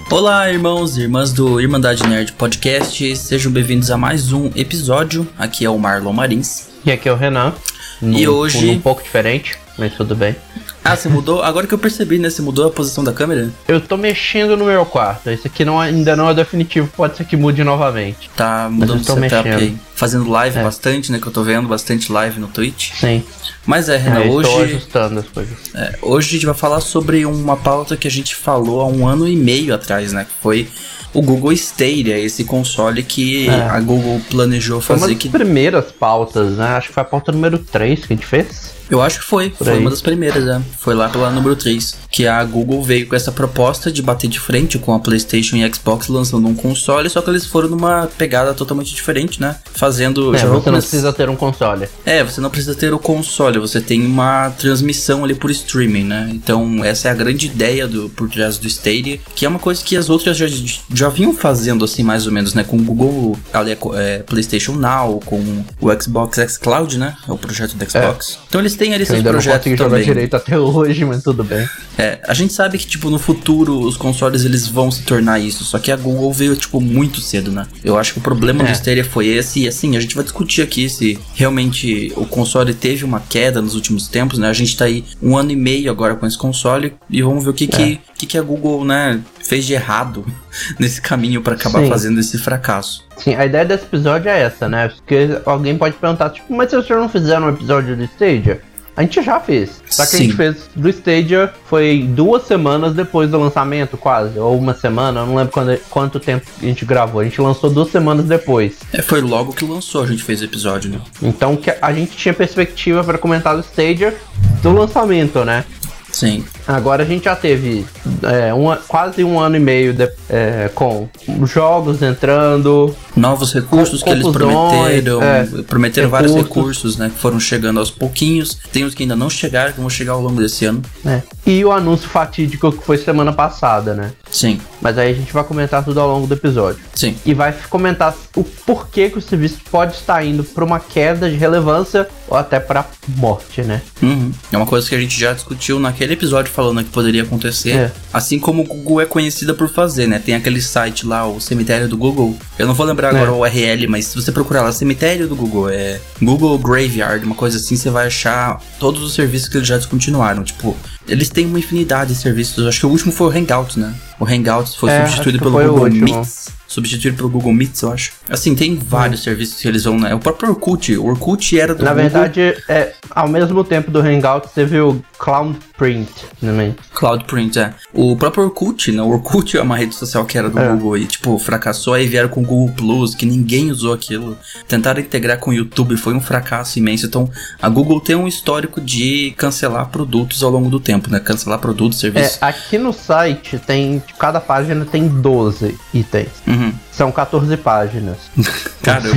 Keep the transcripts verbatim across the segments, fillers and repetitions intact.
Olá, irmãos e irmãs do Irmandade Nerd Podcast, sejam bem-vindos a mais um episódio. Aqui é o Marlon Marins. E aqui é o Renan. Num, e hoje... Um pouco diferente, mas tudo bem. Ah, você mudou? Agora que eu percebi, né? Você mudou a posição da câmera? Eu tô mexendo no meu quarto. Esse aqui não, ainda não é definitivo, pode ser que mude novamente. Tá mudando o setup mexendo. aí. Fazendo live é. bastante, né? Que eu tô vendo bastante live no Twitch. Sim. Mas é, Renan, é, hoje... Estou ajustando as coisas. É, hoje a gente vai falar sobre uma pauta que a gente falou há um ano e meio atrás, né? Que foi o Google Stadia, esse console que é. a Google planejou fazer. Foi uma das que... primeiras pautas, né? Acho que foi a pauta número três que a gente fez. Eu acho que foi, Por foi aí. uma das primeiras, né? Foi lá pela número três, que a Google veio com essa proposta de bater de frente com a PlayStation e a Xbox lançando um console, só que eles foram numa pegada totalmente diferente, né? Fazendo... É, já você não começa... precisa ter um console. É, você não precisa ter o console, você tem uma transmissão ali por streaming, né? Então, essa é a grande ideia do, por trás do Stadia, que é uma coisa que as outras já, já vinham fazendo, assim, mais ou menos, né? Com o Google, ali, é, PlayStation Now, com o Xbox xCloud, né? É o projeto do Xbox. É. Então, eles tem ali seus projetos também. Eu jogar direito até hoje, mas tudo bem. É, a gente sabe que, tipo, no futuro os consoles eles vão se tornar isso, só que a Google veio, tipo, muito cedo, né? Eu acho que o problema é. do Stadia foi esse, e assim, a gente vai discutir aqui se realmente o console teve uma queda nos últimos tempos, né? A gente tá aí um ano e meio agora com esse console e vamos ver o que, é. que, que, que a Google, né, fez de errado nesse caminho pra acabar Sim. fazendo esse fracasso. Sim, a ideia desse episódio é essa, né? Porque alguém pode perguntar, tipo, mas se vocês não fizeram um episódio do Stadia? A gente já fez, só que Sim. a gente fez do Stadia foi duas semanas depois do lançamento, quase, ou uma semana, eu não lembro quando, quanto tempo a gente gravou, a gente lançou duas semanas depois. É, foi logo que lançou, a gente fez o episódio, né? Então que a gente tinha perspectiva para comentar do Stadia do lançamento, né? Sim. Agora a gente já teve é, um, quase um ano e meio de, é, com jogos entrando, novos recursos que eles prometeram, é, prometeram recursos. vários recursos, né, que foram chegando aos pouquinhos. Tem os que ainda não chegaram, que vão chegar ao longo desse ano. É. E o anúncio fatídico que foi semana passada, né? Sim. Mas aí a gente vai comentar tudo ao longo do episódio. Sim. E vai comentar o porquê que o serviço pode estar indo para uma queda de relevância ou até para morte, né? Uhum. É uma coisa que a gente já discutiu naquele episódio falando que poderia acontecer, é. assim como o Google é conhecida por fazer, né? Tem aquele site lá, o cemitério do Google. Eu não vou lembrar agora é. o U R L, mas se você procurar lá, cemitério do Google, é Google Graveyard, uma coisa assim, você vai achar todos os serviços que eles já descontinuaram. Tipo, eles têm uma infinidade de serviços. Acho que o último foi o Hangouts, né? O Hangouts foi é, substituído pelo Google Meets. Substituído pelo Google Meets, eu acho. Assim, tem vários hum. serviços que eles vão, né? O próprio Orkut. O Orkut era do Na Google. verdade, é, ao mesmo tempo do Hangouts, teve o Cloudprint também. Cloudprint, é. O próprio Orkut, né? O Orkut é uma rede social que era do é. Google e, tipo, fracassou. Aí vieram com o Google Plus, que ninguém usou aquilo. Tentaram integrar com o YouTube, foi um fracasso imenso. Então, a Google tem um histórico de cancelar produtos ao longo do tempo, né? Cancelar produtos, serviços. É, aqui no site tem... Cada página tem doze itens. Uhum. São catorze páginas. Caramba.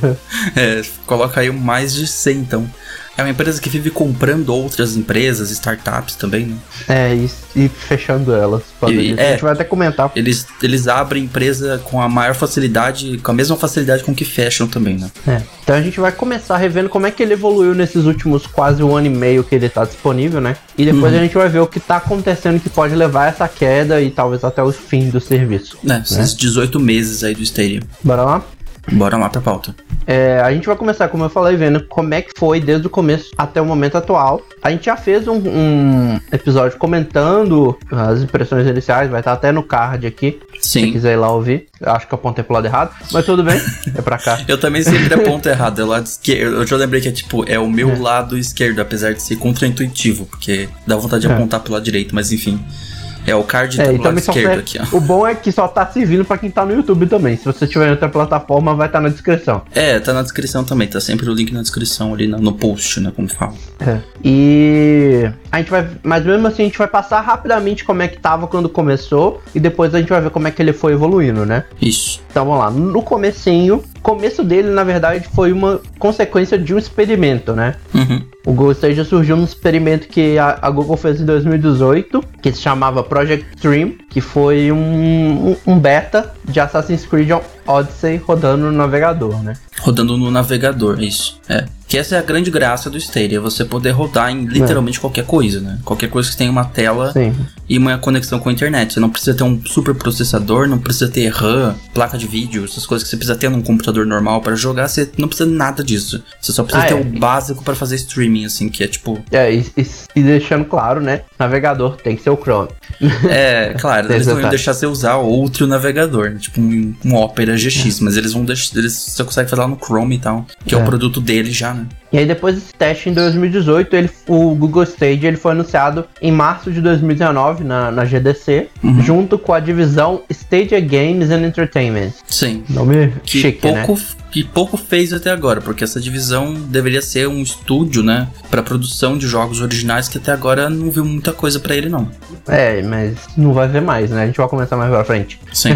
É, coloca aí mais de cem, então. É uma empresa que vive comprando outras empresas, startups também, né? É, e, e fechando elas. E, é, a gente vai até comentar. Eles, eles abrem empresa com a maior facilidade, com a mesma facilidade com que fecham também, né? É. Então a gente vai começar revendo como é que ele evoluiu nesses últimos quase um ano e meio que ele tá disponível, né? E depois uhum. a gente vai ver o que tá acontecendo que pode levar a essa queda e talvez até o fim do serviço. É, né? Esses dezoito meses aí do Stadia. Bora lá? Bora lá pra pauta. É, a gente vai começar, como eu falei, vendo como é que foi desde o começo até o momento atual. A gente já fez um, um episódio comentando as impressões iniciais, vai estar até no card aqui. Sim. Se quiser ir lá ouvir. Eu acho que eu apontei pro lado errado, mas tudo bem, é pra cá. Eu também sempre aponto errado, é o lado esquerdo. Eu já lembrei que é tipo, é o meu é. lado esquerdo, apesar de ser contraintuitivo, porque dá vontade de é. apontar pro lado direito, mas enfim. É, o card é, tá do lado esquerdo serve, aqui, ó. O bom é que só tá servindo pra quem tá no YouTube também. Se você tiver em outra plataforma, vai estar tá na descrição. É, tá na descrição também. Tá sempre o link na descrição ali no, no post, né, como fala. É. E... a gente vai... Mas mesmo assim, a gente vai passar rapidamente como é que tava quando começou. E depois a gente vai ver como é que ele foi evoluindo, né? Isso. Então, vamos lá. No comecinho... O começo dele, na verdade, foi uma consequência de um experimento, né? Uhum. O Google Stadia surgiu num experimento que a, a Google fez em dois mil e dezoito, que se chamava Project Stream, que foi um, um, um beta de Assassin's Creed Odyssey rodando no navegador, né? Rodando no navegador, isso. É. Que essa é a grande graça do Stadia, você poder rodar em literalmente é. qualquer coisa, né? Qualquer coisa que tenha uma tela, Sim. e uma conexão com a internet. Você não precisa ter um super processador, não precisa ter RAM, placa de vídeo, essas coisas que você precisa ter num computador normal para jogar, você não precisa de nada disso. Você só precisa ah, ter é. o básico para fazer streaming, assim, que é tipo... É, e, e, e deixando claro, né, navegador tem que ser o Chrome. É, claro, eles não iam deixar você usar outro navegador, tipo um, um Opera G X, é. mas eles vão deixar, eles só conseguem fazer lá no Chrome e tal, que é, é o produto dele já, né? E aí depois desse teste em dois mil e dezoito, ele, o Google Stadia ele foi anunciado em março de dois mil e dezenove na, na G D C, uhum. junto com a divisão Stadia Games and Entertainment. Sim. Nome que chique, pouco, né? Que pouco fez até agora, porque essa divisão deveria ser um estúdio, né, para produção de jogos originais, que até agora não viu muita coisa para ele, não. É, mas não vai ver mais, né? A gente vai começar mais pra frente. Sim.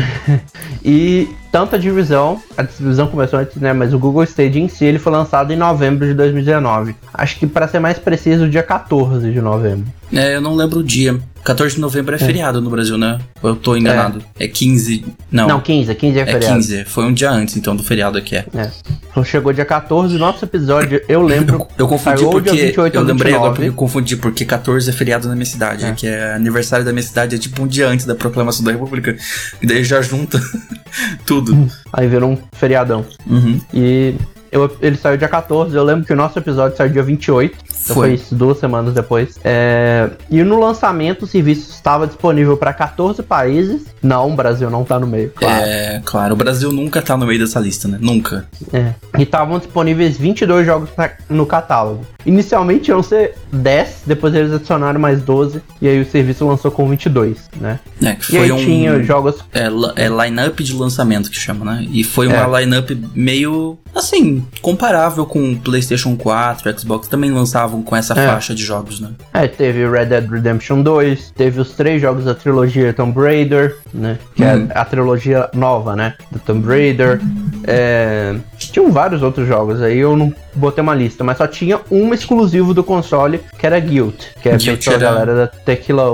E tanto a divisão, a divisão começou antes, né? Mas o Google Stadia em si, ele foi lançado em novembro de dois mil e dezenove. Acho que, para ser mais preciso, dia quatorze de novembro. É, eu não lembro o dia. quatorze de novembro é, é. feriado no Brasil, né? Ou eu tô enganado? É, é quinze... Não. Não, quinze. quinze é feriado. É quinze. Foi um dia antes, então, do feriado aqui, é. É. Então chegou dia quatorze, nosso episódio, eu lembro... eu, eu confundi porque... Eu lembrei agora porque eu confundi, porque quatorze é feriado na minha cidade, é. que é aniversário da minha cidade, é tipo um dia antes da proclamação da República. E daí já junta tudo. Aí virou um feriadão. Uhum. E... Eu, ele saiu dia quatorze, eu lembro que o nosso episódio saiu dia vinte e oito. Então foi isso, duas semanas depois. É, e no lançamento o serviço estava disponível para catorze países. Não, o Brasil não tá no meio, claro. É, claro, o Brasil nunca tá no meio dessa lista, né? Nunca. É. E estavam disponíveis vinte e dois jogos pra, no catálogo. Inicialmente iam ser dez, depois eles adicionaram mais doze. E aí o serviço lançou com vinte e dois, né? É, que foi e aí um, tinha jogos... É, é line-up de lançamento que chama, né? E foi uma é. line-up meio, assim, comparável com o PlayStation quatro, Xbox também lançavam com essa é. faixa de jogos, né? É, teve Red Dead Redemption dois, teve os três jogos da trilogia Tomb Raider, né? Que uhum. é a trilogia nova, né? Do Tomb Raider. É... Tinham vários outros jogos aí, eu não botei uma lista, mas só tinha um exclusivo do console, que era Guilt, que é feito pela galera da Tequila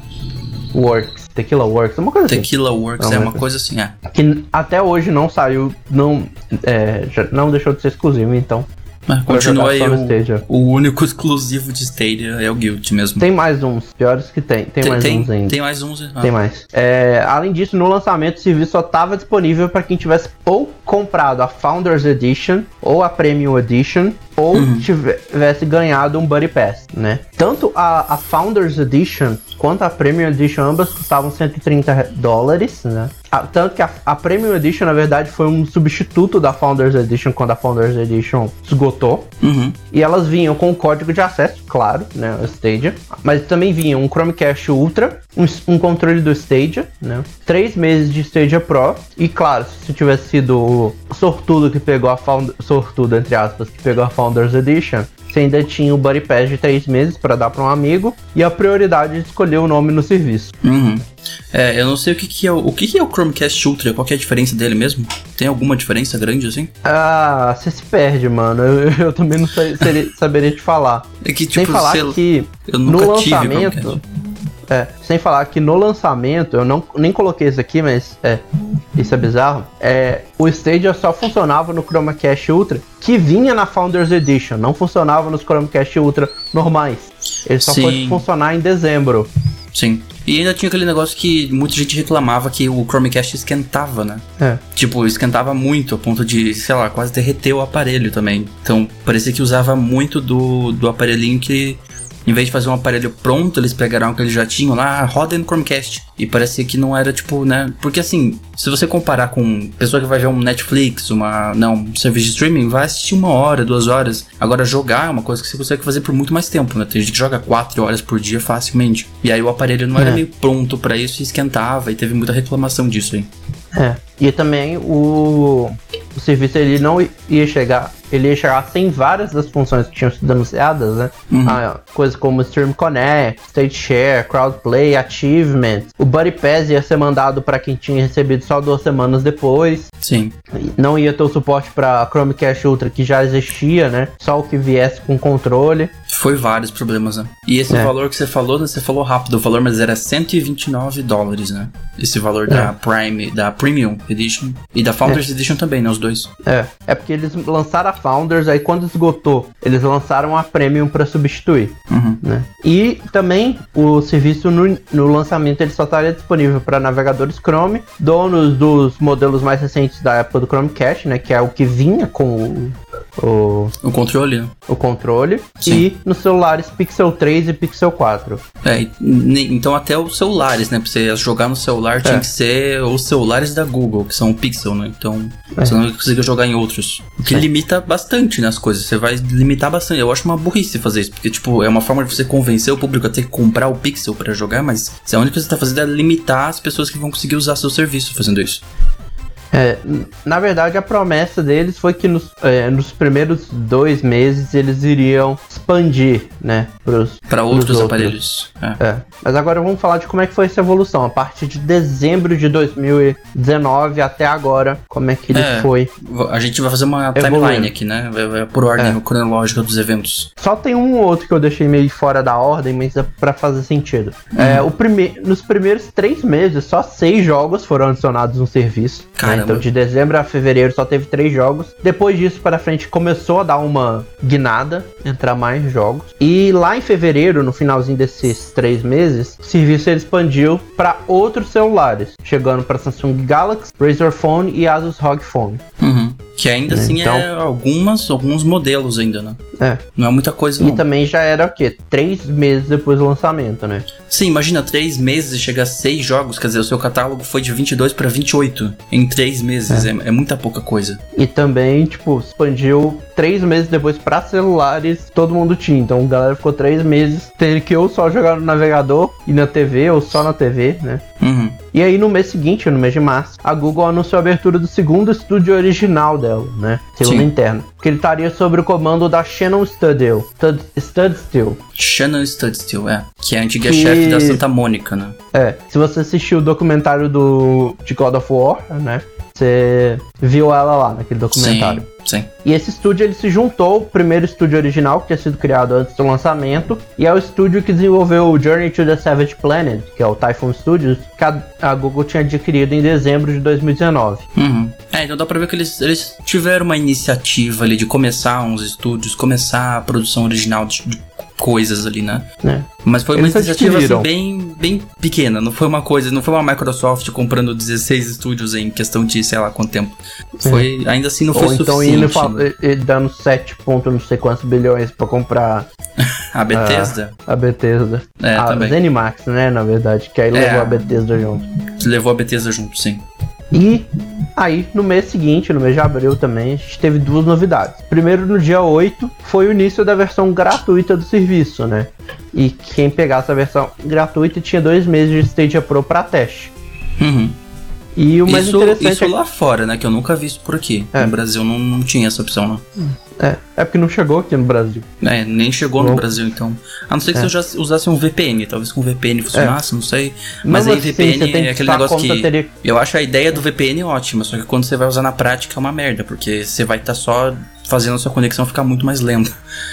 Works. Tequila Works, uma coisa Tequila assim. Works é uma coisa assim, é. Que até hoje não saiu, não, é, já não deixou de ser exclusivo, então. Mas continua aí, o, o único exclusivo de Stadia é o Guild mesmo. Tem mais uns, piores que tem, tem, tem mais tem, uns ainda. Tem mais uns, ah. Tem mais. É, além disso, no lançamento, o serviço só estava disponível para quem tivesse ou comprado a Founders Edition, ou a Premium Edition, ou uhum. tivesse ganhado um Buddy Pass, né? Tanto a, a Founders Edition quanto a Premium Edition, ambas custavam cento e trinta dólares, né? A, tanto que a, a Premium Edition, na verdade, foi um substituto da Founders Edition quando a Founders Edition esgotou. Uhum. E elas vinham com o código de acesso, claro, né? O Stadia. Mas também vinham um Chromecast Ultra, um, um controle do Stadia, né? Três meses de Stadia Pro. E claro, se tivesse sido o sortudo que pegou a Founders... Sortudo, entre aspas, que pegou a Founders Edition... Você ainda tinha o Buddy Pass de três meses para dar para um amigo e a prioridade de escolher o nome no serviço. Uhum. É, eu não sei o que, que é o, o que, que é o Chromecast Ultra, qual que é a diferença dele mesmo? Tem alguma diferença grande assim? Ah, você se perde, mano. Eu, eu também não sei, seria, saberia te falar. É que, tipo, sem falar sei, que eu nunca no tive lançamento... É, sem falar que no lançamento, eu não, nem coloquei isso aqui, mas é, isso é bizarro. É, o Stadia só funcionava no Chromecast Ultra que vinha na Founders Edition, não funcionava nos Chromecast Ultra normais. Ele só Sim. foi funcionar em dezembro. Sim. E ainda tinha aquele negócio que muita gente reclamava que o Chromecast esquentava, né? É. Tipo, esquentava muito, a ponto de, sei lá, quase derreter o aparelho também. Então, parecia que usava muito do, do aparelhinho que... Em vez de fazer um aparelho pronto, eles pegaram o que eles já tinham lá, roda no Chromecast. E parecia que não era, tipo, né... Porque, assim, se você comparar com pessoa que vai ver um Netflix, uma... Não, um serviço de streaming, vai assistir uma hora, duas horas. Agora, jogar é uma coisa que você consegue fazer por muito mais tempo, né? Tem gente que joga quatro horas por dia facilmente. E aí o aparelho não era é. meio pronto pra isso e esquentava. E teve muita reclamação disso aí. É. E também o... O serviço, ele não ia chegar... Ele ia chegar sem várias das funções que tinham sido anunciadas, né? Uhum. Ah, coisas como Stream Connect, Stage Share, Crowdplay, Achievement. O Buddy Pass ia ser mandado para quem tinha recebido só duas semanas depois. Sim. Não ia ter o suporte para Chromecast Ultra, que já existia, né? Só o que viesse com controle. Foi vários problemas, né? E esse é. valor que você falou, né? Você falou rápido o valor, mas era cento e vinte e nove dólares, né? Esse valor é. da Prime, da Premium Edition e da Founders é. Edition também, né? Os dois. É. É porque eles lançaram a Founders, aí quando esgotou, eles lançaram a Premium para substituir. Uhum. Né? E também o serviço no, no lançamento ele só estaria disponível para navegadores Chrome, donos dos modelos mais recentes da época do Chromecast, né, que é o que vinha com o O, o controle. O controle. Sim. E nos celulares Pixel três e Pixel quatro. É, então até os celulares, né? Pra você jogar no celular tinha é. que ser os celulares da Google, que são o Pixel, né? Então é. você não conseguiu jogar em outros. O que é. limita bastante, né, as coisas. Você vai limitar bastante. Eu acho uma burrice fazer isso, porque, tipo, é uma forma de você convencer o público a ter que comprar o Pixel pra jogar, mas a única coisa que você tá fazendo é limitar as pessoas que vão conseguir usar seu serviço fazendo isso. É, na verdade, a promessa deles foi que nos, é, nos primeiros dois meses eles iriam expandir, né, para outros, outros aparelhos. É. É. Mas agora vamos falar de como é que foi essa evolução. A partir de dezembro de dois mil e dezenove até agora, como é que ele é, foi. A gente vai fazer uma evoluindo. timeline aqui, né, por ordem é. cronológica dos eventos. Só tem um ou outro que eu deixei meio fora da ordem, mas é pra fazer sentido. Uhum. É, o prime... Nos primeiros três meses, só seis jogos foram adicionados no serviço. Né? Então, de dezembro a fevereiro só teve três jogos. Depois disso para frente começou a dar uma guinada, entrar mais jogos. E lá em fevereiro, no finalzinho desses três meses, o serviço ele expandiu para outros celulares, chegando para Samsung Galaxy, Razer Phone e Asus R O G Phone. Uhum. Que ainda assim então, é algumas, alguns modelos ainda, né? É. Não é muita coisa, não. E também já era o quê? Três meses depois do lançamento, né? Sim, imagina, três meses e chega a seis jogos, quer dizer, o seu catálogo foi de vinte e dois para vinte e oito em três meses, é. É, é muita pouca coisa. E também, tipo, expandiu três meses depois para celulares, todo mundo tinha. Então a galera ficou três meses tendo que ou só jogar no navegador e na T V, ou só na T V, né? Uhum. E aí no mês seguinte, no mês de março, a Google anunciou a abertura do segundo estúdio original dela, né? Segundo interno. Que ele estaria sob o comando da Shannon Studstill. Studstill. Shannon Studstill, é. Que é a antiga que... chefe da Santa Mônica, né? É. Se você assistiu o documentário do de God of War, né? Você viu ela lá naquele documentário. Sim, sim. E esse estúdio ele se juntou ao primeiro estúdio original que tinha sido criado antes do lançamento, e é o estúdio que desenvolveu o Journey to the Savage Planet, que é o Typhoon Studios, que a, a Google tinha adquirido em dezembro de dois mil e dezenove. Uhum. É, então dá pra ver que eles, eles tiveram uma iniciativa ali de começar uns estúdios, começar a produção original de, de coisas ali, né? É. Mas foi uma eles iniciativa assim, bem, bem pequena, não foi uma coisa, não foi uma Microsoft comprando dezesseis estúdios em questão de sei lá quanto tempo. Foi, é. Ainda assim não foi Ou suficiente. Então ele, fala, ele dando sete ponto não sei quantos bilhões pra comprar a Bethesda? A, a Bethesda. É, a também. ZeniMax, né, na verdade, que aí é. levou a Bethesda junto. Levou a Bethesda junto, sim. E aí, no mês seguinte, no mês de abril também, a gente teve duas novidades. Primeiro, no dia oito, foi o início da versão gratuita do serviço, né? E quem pegasse a versão gratuita tinha dois meses de Stadia Pro para teste. Uhum. E o mais isso, interessante isso é... lá fora, né? Que eu nunca vi isso por aqui. É. No Brasil não, não tinha essa opção, não. É, é porque não chegou aqui no Brasil. É, nem chegou Bom. no Brasil, então. A não ser que é. você já usasse um V P N. Talvez com um V P N funcionasse, é. não sei. Mas não, aí V P N assim, é aquele negócio que... Teria... Eu acho a ideia do V P N ótima, só que quando você vai usar na prática é uma merda, porque você vai estar tá só fazendo a sua conexão ficar muito mais lenta.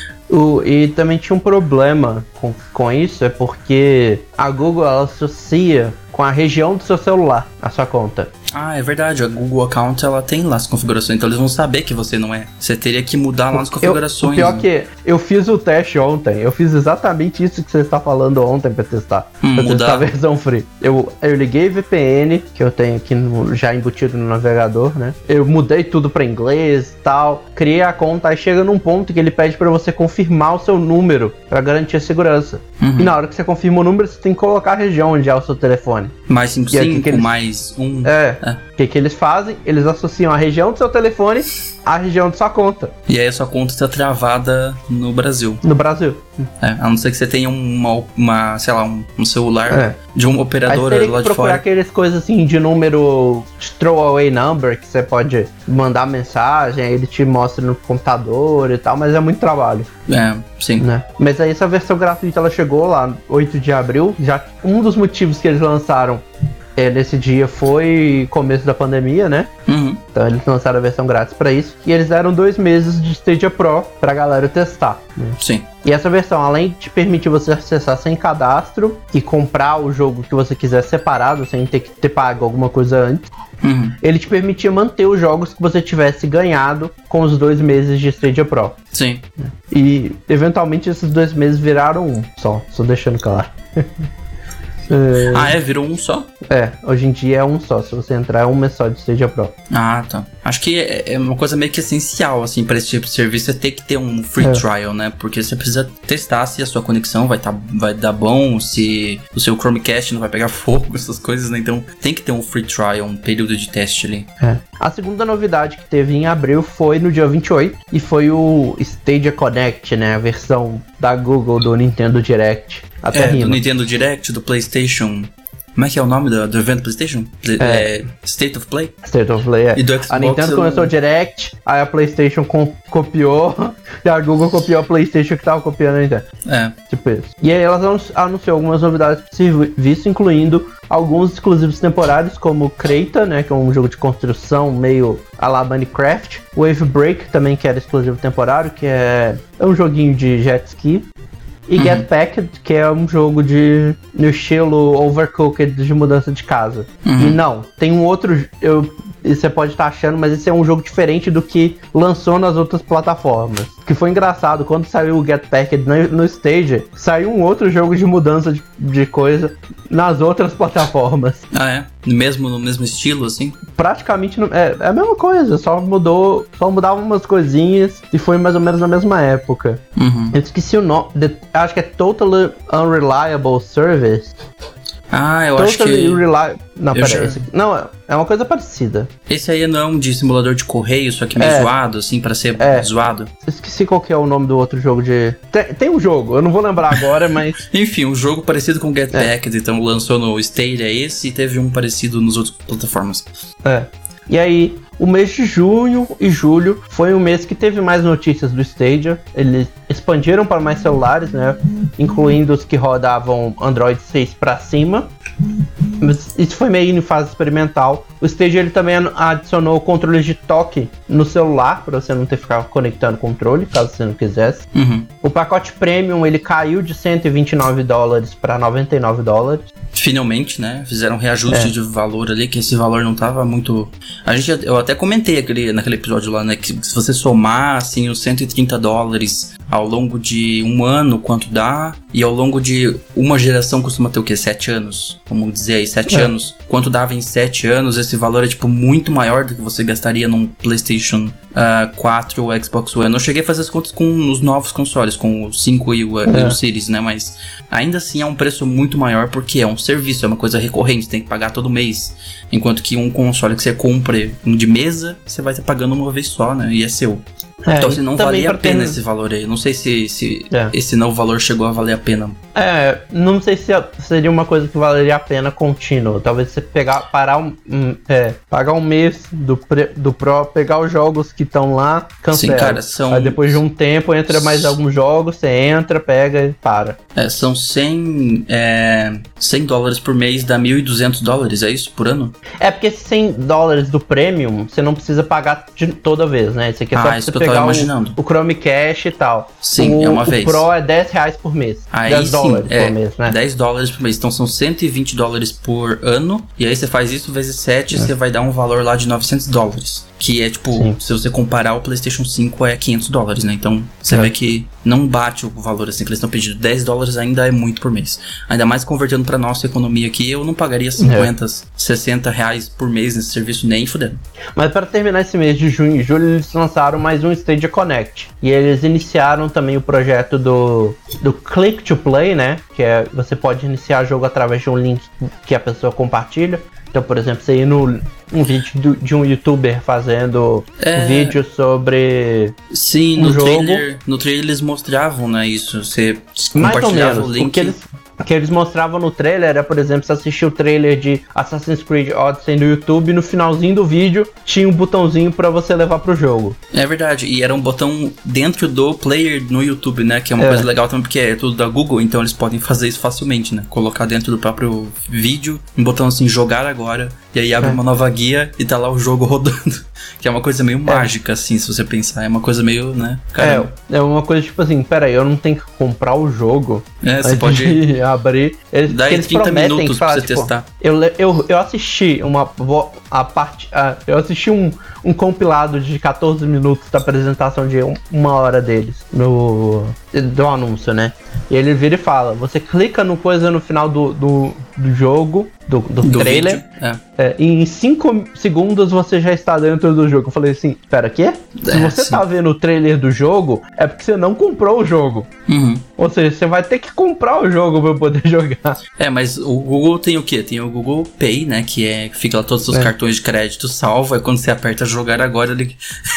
O, e também tinha um problema com, com isso, é porque a Google ela associa com a região do seu celular a sua conta. Ah, é verdade, a Google Account ela tem lá as configurações, então eles vão saber que você não é. Você teria que mudar lá as configurações. Eu, o pior né? que eu fiz o teste ontem, eu fiz exatamente isso que você está falando ontem pra testar. Hum, pra mudar. testar a versão free. Eu, eu liguei V P N, que eu tenho aqui no, já embutido no navegador, né? Eu mudei tudo pra inglês e tal, criei a conta, aí chega num ponto que ele pede pra você confirmar o seu número pra garantir a segurança. Uhum. E na hora que você confirma o número, você tem que colocar a região onde é o seu telefone. Mais cinco cinco, eles... mais um... É, o é. que, que eles fazem? Eles associam a região do seu telefone à região de sua conta. E aí a sua conta está travada no Brasil. No Brasil. É, a não ser que você tenha uma, uma sei lá, um, um celular é. de uma operadora aí você lá de fora. procurar aquelas coisas assim de número throwaway number, que você pode mandar mensagem, aí ele te mostra no computador e tal, mas é muito trabalho. É, sim. Né? Mas aí essa versão gratuita ela chegou lá oito de abril, já um dos motivos que eles lançaram é, nesse dia foi começo da pandemia, né? Uhum. Então eles lançaram a versão grátis pra isso. E eles deram dois meses de Stadia Pro pra galera testar, né? Sim. E essa versão, além de permitir você acessar sem cadastro e comprar o jogo que você quiser separado, sem ter que ter pago alguma coisa antes, uhum. ele te permitia manter os jogos que você tivesse ganhado com os dois meses de Stadia Pro. Sim. E eventualmente esses dois meses viraram um só, só deixando claro. É... Ah, é? Virou um só? É, hoje em dia é um só. Se você entrar, é um mês só de Stadia Pro. Ah, tá. Acho que é uma coisa meio que essencial, assim, pra esse tipo de serviço, é ter que ter um free é. trial, né? Porque você precisa testar se a sua conexão vai, tá, vai dar bom, se o seu Chromecast não vai pegar fogo, essas coisas, né? Então tem que ter um free trial, um período de teste ali. É. A segunda novidade que teve em abril foi no dia vinte e oito, e foi o Stadia Connect, né? A versão da Google do Nintendo Direct. Até é, rima. do Nintendo Direct, do PlayStation. Como é que é o nome do, do evento PlayStation? Play, é. É, State of Play? State of Play, é. E do Xbox, a Nintendo começou o Direct, aí a PlayStation com, copiou, e a Google copiou a PlayStation que tava copiando a Nintendo. É. Tipo isso. E aí elas anunciou algumas novidades pro serviço, incluindo alguns exclusivos temporários, como Creta, né, que é um jogo de construção meio a la Minecraft. Wave Break também, que era exclusivo temporário, que é, é um joguinho de jet ski. E uhum. Get Packed, que é um jogo de no estilo Overcooked de mudança de casa. Uhum. E não, tem um outro, eu, você pode estar achando, mas esse é um jogo diferente do que lançou nas outras plataformas. Que foi engraçado, quando saiu o Get Packed no, no Stadia, saiu um outro jogo de mudança de, de coisa nas outras plataformas. Ah, é? Mesmo, no mesmo estilo, assim? Praticamente, é, é a mesma coisa, só mudou, só mudava umas coisinhas e foi mais ou menos na mesma época. Uhum. Eu esqueci o nome, acho que é Totally Unreliable Service. Ah, eu Totally acho que... Unreliable... Não, peraí. já... Esse... Não, é uma coisa parecida. Esse aí não é um de simulador de correio, só que meio é. zoado, assim, pra ser é. zoado. Eu esqueci qual que é o nome do outro jogo de... Tem, tem um jogo, eu não vou lembrar agora, mas... Enfim, um jogo parecido com Get é. Packed, então lançou no Stadia esse e teve um parecido nos outras plataformas. É. E aí, o mês de junho e julho foi um mês que teve mais notícias do Stadia. Eles expandiram para mais celulares, né? Incluindo os que rodavam Android seis para cima. Mas isso foi meio em fase experimental. O Stadia ele também adicionou controles de toque no celular, para você não ter que ficar conectando o controle, caso você não quisesse. Uhum. O pacote Premium ele caiu de cento e vinte e nove dólares para noventa e nove dólares. Finalmente, né? Fizeram um reajuste é. de valor ali, que esse valor não tava muito... A gente, eu até comentei aquele, naquele episódio lá, né? Que se você somar, assim, os cento e trinta dólares ao longo de um ano, quanto dá? E ao longo de uma geração costuma ter o quê? Sete anos? Vamos dizer aí, sete é. anos. Quanto dava em sete anos, esse valor é, tipo, muito maior do que você gastaria num PlayStation uh, quatro ou Xbox One. Eu não cheguei a fazer as contas com os novos consoles, com o cinco e o, é. e o Series, né? Mas ainda assim é um preço muito maior porque é um serviço, é uma coisa recorrente, você tem que pagar todo mês. Enquanto que um console que você compra um de mesa, você vai estar pagando uma vez só, né? E é seu. É, então, assim, não valia a pena ter... esse valor aí. Não sei se, se é. esse novo valor chegou a valer a pena. É, não sei se seria uma coisa que valeria a pena contínuo. Talvez você pegar, parar um, um é, pagar um mês do, pre, do Pro, pegar os jogos que estão lá, cancela. Sim, cara, são... Aí depois de um tempo entra mais alguns jogos, você entra, pega e para. É, são cem, é, cem dólares por mês, dá mil e duzentos dólares, é isso, por ano? É, porque cem dólares do Premium, você não precisa pagar de toda vez, né? Isso aqui é só ah, pra isso você que pegar eu imaginando. O, o Chromecast e tal. Sim, o, é uma o vez. O Pro é dez reais por mês. Aí dez sim, dólares é, por mês, né? dez dólares por mês, então são cento e vinte dólares por ano, e aí você faz isso vezes sete, é. Você vai dar um valor lá de novecentos dólares. Que é tipo, sim. Se você comparar o PlayStation cinco é quinhentos dólares, né? Então você é. vê que não bate o valor assim que eles estão pedindo. dez dólares ainda é muito por mês. Ainda mais convertendo pra nossa economia aqui, eu não pagaria cinquenta, é. sessenta reais por mês nesse serviço nem fudendo. Mas para terminar esse mês de junho e julho, eles lançaram mais um Stadia Connect. E eles iniciaram também o projeto do, do Click to Play, né? Que é, você pode iniciar o jogo através de um link que a pessoa compartilha. Então, por exemplo, você ir no um vídeo do, de um youtuber fazendo é... um vídeo sobre Sim, um no jogo. Trailer, no trailer eles mostravam, né, isso. Você mais ou compartilhava menos, o link. Porque eles, que eles mostravam no trailer era, por exemplo, você assistir o trailer de Assassin's Creed Odyssey no YouTube, no finalzinho do vídeo tinha um botãozinho pra você levar pro jogo. É verdade, e era um botão dentro do player no YouTube, né? Que é uma é. coisa legal também, porque é tudo da Google, então eles podem fazer isso facilmente, né? Colocar dentro do próprio vídeo um botão assim, jogar agora, e aí abre é. uma nova guia e tá lá o jogo rodando. Que é uma coisa meio é. mágica, assim, se você pensar. É uma coisa meio, né? Caramba. É, é uma coisa tipo assim, pera aí, eu não tenho que comprar o jogo. É, você pode abrir. Eles, dá eles trinta minutos falar, pra você tipo, testar. Eu, eu, eu assisti uma a parte. A, eu assisti um, um compilado de catorze minutos da apresentação de um, uma hora deles. No. Do anúncio, né? E ele vira e fala: você clica no coisa no final do, do, do jogo, do, do, do trailer, vídeo, é. É, e em cinco segundos você já está dentro do jogo. Eu falei assim: pera, quê? Se é, você sim. tá vendo o trailer do jogo, é porque você não comprou o jogo. Uhum. Ou seja, você vai ter que comprar o jogo pra poder jogar. É, mas o Google tem o quê? Tem o Google Pay, né? Que é fica lá todos os é. cartões de crédito salvo. Aí quando você aperta jogar agora, ele,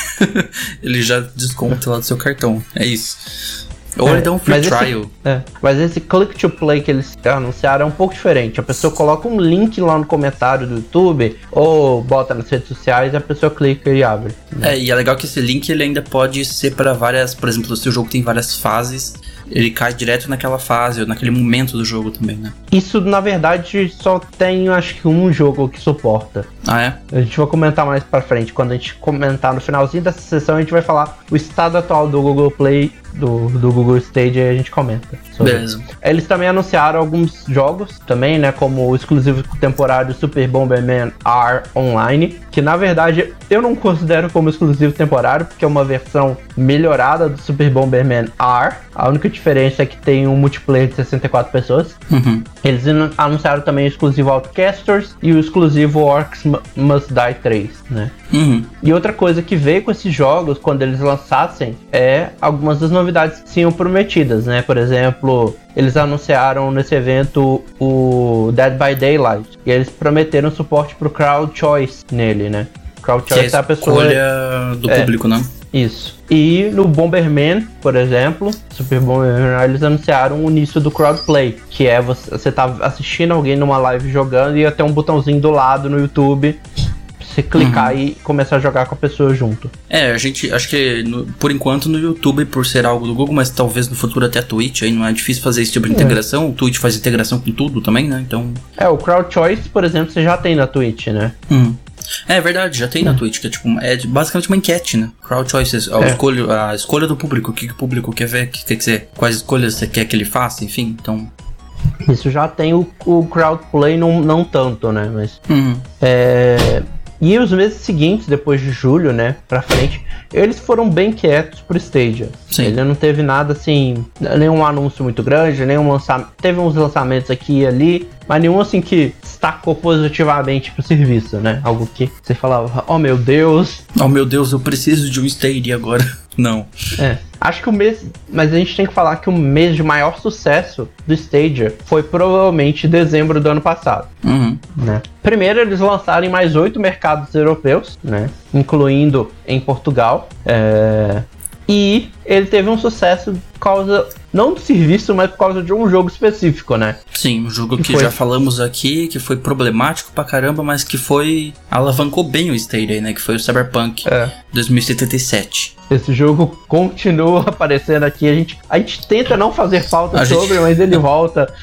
ele já desconta lá do seu cartão. É isso. Ou é, ele dá um free mas trial. Esse, é, mas esse click to play que eles anunciaram é um pouco diferente. A pessoa coloca um link lá no comentário do YouTube ou bota nas redes sociais e a pessoa clica e abre. Né? É, e é legal que esse link ele ainda pode ser para várias... Por exemplo, se o jogo tem várias fases, ele cai direto naquela fase ou naquele momento do jogo também, né? Isso, na verdade, só tem, acho que um jogo que suporta. Ah, é? A gente vai comentar mais pra frente. Quando a gente comentar no finalzinho dessa sessão, a gente vai falar o estado atual do Google Play, do, do Google Stage, e a gente comenta sobre. Beleza. Eles também anunciaram alguns jogos também, né? Como o exclusivo temporário Super Bomberman R Online, que na verdade eu não considero como exclusivo temporário, porque é uma versão melhorada do Super Bomberman R. A única diferença é que tem um multiplayer de sessenta e quatro pessoas. Uhum. Eles anunciaram também o exclusivo Outcasters e o exclusivo Orcs Must Die três, né? Uhum. E outra coisa que veio com esses jogos, quando eles lançassem, é algumas das novidades que tinham prometidas, né? Por exemplo, eles anunciaram nesse evento o Dead by Daylight, e eles prometeram suporte pro Crowd Choice nele, né? Crowd Choice que é a é a pessoa... escolha do é, público, né? Isso. E no Bomberman, por exemplo, Super Bomberman, eles anunciaram o início do crowdplay, que é você, você tá assistindo alguém numa live jogando e ia ter um botãozinho do lado no YouTube, você clicar uhum. e começar a jogar com a pessoa junto. É, a gente, acho que no, por enquanto no YouTube, por ser algo do Google, mas talvez no futuro até a Twitch, aí não é difícil fazer esse tipo de é. integração, o Twitch faz integração com tudo também, né, então... É, o Crowd Choice, por exemplo, você já tem na Twitch, né? Uhum. É verdade, já tem na Twitch, que é tipo, é basicamente uma enquete, né? Crowd choices, a, é. escolha, a escolha do público, o que, que o público quer ver, que, que você, quais escolhas você quer que ele faça, enfim, então... Isso já tem o, o crowdplay, não, não tanto, né? Mas... Uhum. É... E os meses seguintes, depois de julho, né, pra frente, eles foram bem quietos pro Stadia. Sim. Ele não teve nada assim, nenhum anúncio muito grande, nenhum lançamento. Teve uns lançamentos aqui e ali, mas nenhum assim que destacou positivamente pro serviço, né? Algo que você falava, oh meu Deus. Oh meu Deus, eu preciso de um Stadia agora. Não. É. Acho que o mês... Mas a gente tem que falar que o mês de maior sucesso do Stadia foi provavelmente dezembro do ano passado. Uhum. Né? Primeiro, eles lançaram em mais oito mercados europeus, né? Incluindo em Portugal. É... E ele teve um sucesso por causa... Não do serviço, mas por causa de um jogo específico, né? Sim, um jogo que, que foi... já falamos aqui, que foi problemático pra caramba, mas que foi... alavancou bem o Stadia, né? Que foi o Cyberpunk é. dois mil e setenta e sete. Esse jogo continua aparecendo aqui. A gente, a gente tenta não fazer falta a sobre, gente... mas ele volta.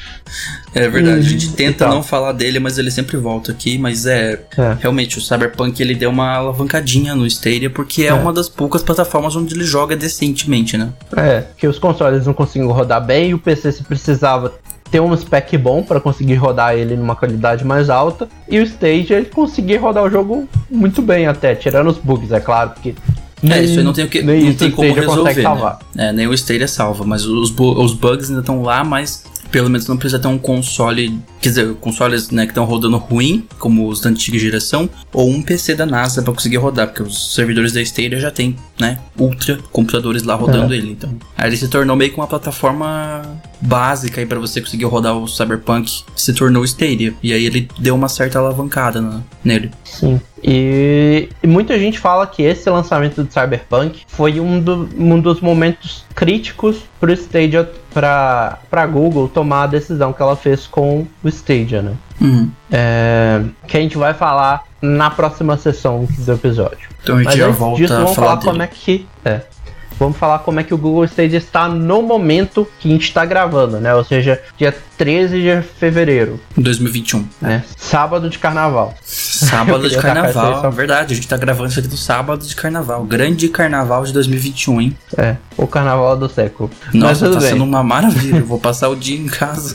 É verdade, a gente tenta não falar dele, mas ele sempre volta aqui. Mas é, é. realmente, o Cyberpunk ele deu uma alavancadinha no Stadia, porque é, é uma das poucas plataformas onde ele joga decentemente, né? É, que os consoles não conseguiam rodar bem, e o P C se precisava ter um spec bom para conseguir rodar ele numa qualidade mais alta, e o Stadia ele conseguia rodar o jogo muito bem até, tirando os bugs, é claro, porque é, isso aí não tem, o que, nem não tem como resolver, né? É, nem o Stadia salva, mas os, os bugs ainda estão lá, mas pelo menos não precisa ter um console, quer dizer, consoles, né, que estão rodando ruim, como os da antiga geração, ou um P C da NASA para conseguir rodar, porque os servidores da Stadia já tem, né, ultra computadores lá rodando é. ele, então. Aí ele se tornou meio que uma plataforma básica aí para você conseguir rodar o Cyberpunk, se tornou o Stadia, e aí ele deu uma certa alavancada na, nele. Sim. E, e muita gente fala que esse lançamento do Cyberpunk foi um, do, um dos momentos críticos pro Stadia, pra, pra Google tomar a decisão que ela fez com o Stadia, né? Uhum. É, que a gente vai falar na próxima sessão do episódio. Então a gente Mas já antes volta disso, a vamos falar falar dele. como é que... É. Vamos falar como é que o Google Stadia está no momento que a gente está gravando, né? Ou seja, dia treze de fevereiro. dois mil e vinte e um. Né? Sábado de carnaval. Sábado de carnaval, é verdade. A gente tá gravando isso aqui no sábado de carnaval. Grande carnaval de dois mil e vinte e um, hein? É, o carnaval do século. Nossa, Mas tá bem. sendo uma maravilha. Eu vou passar o dia em casa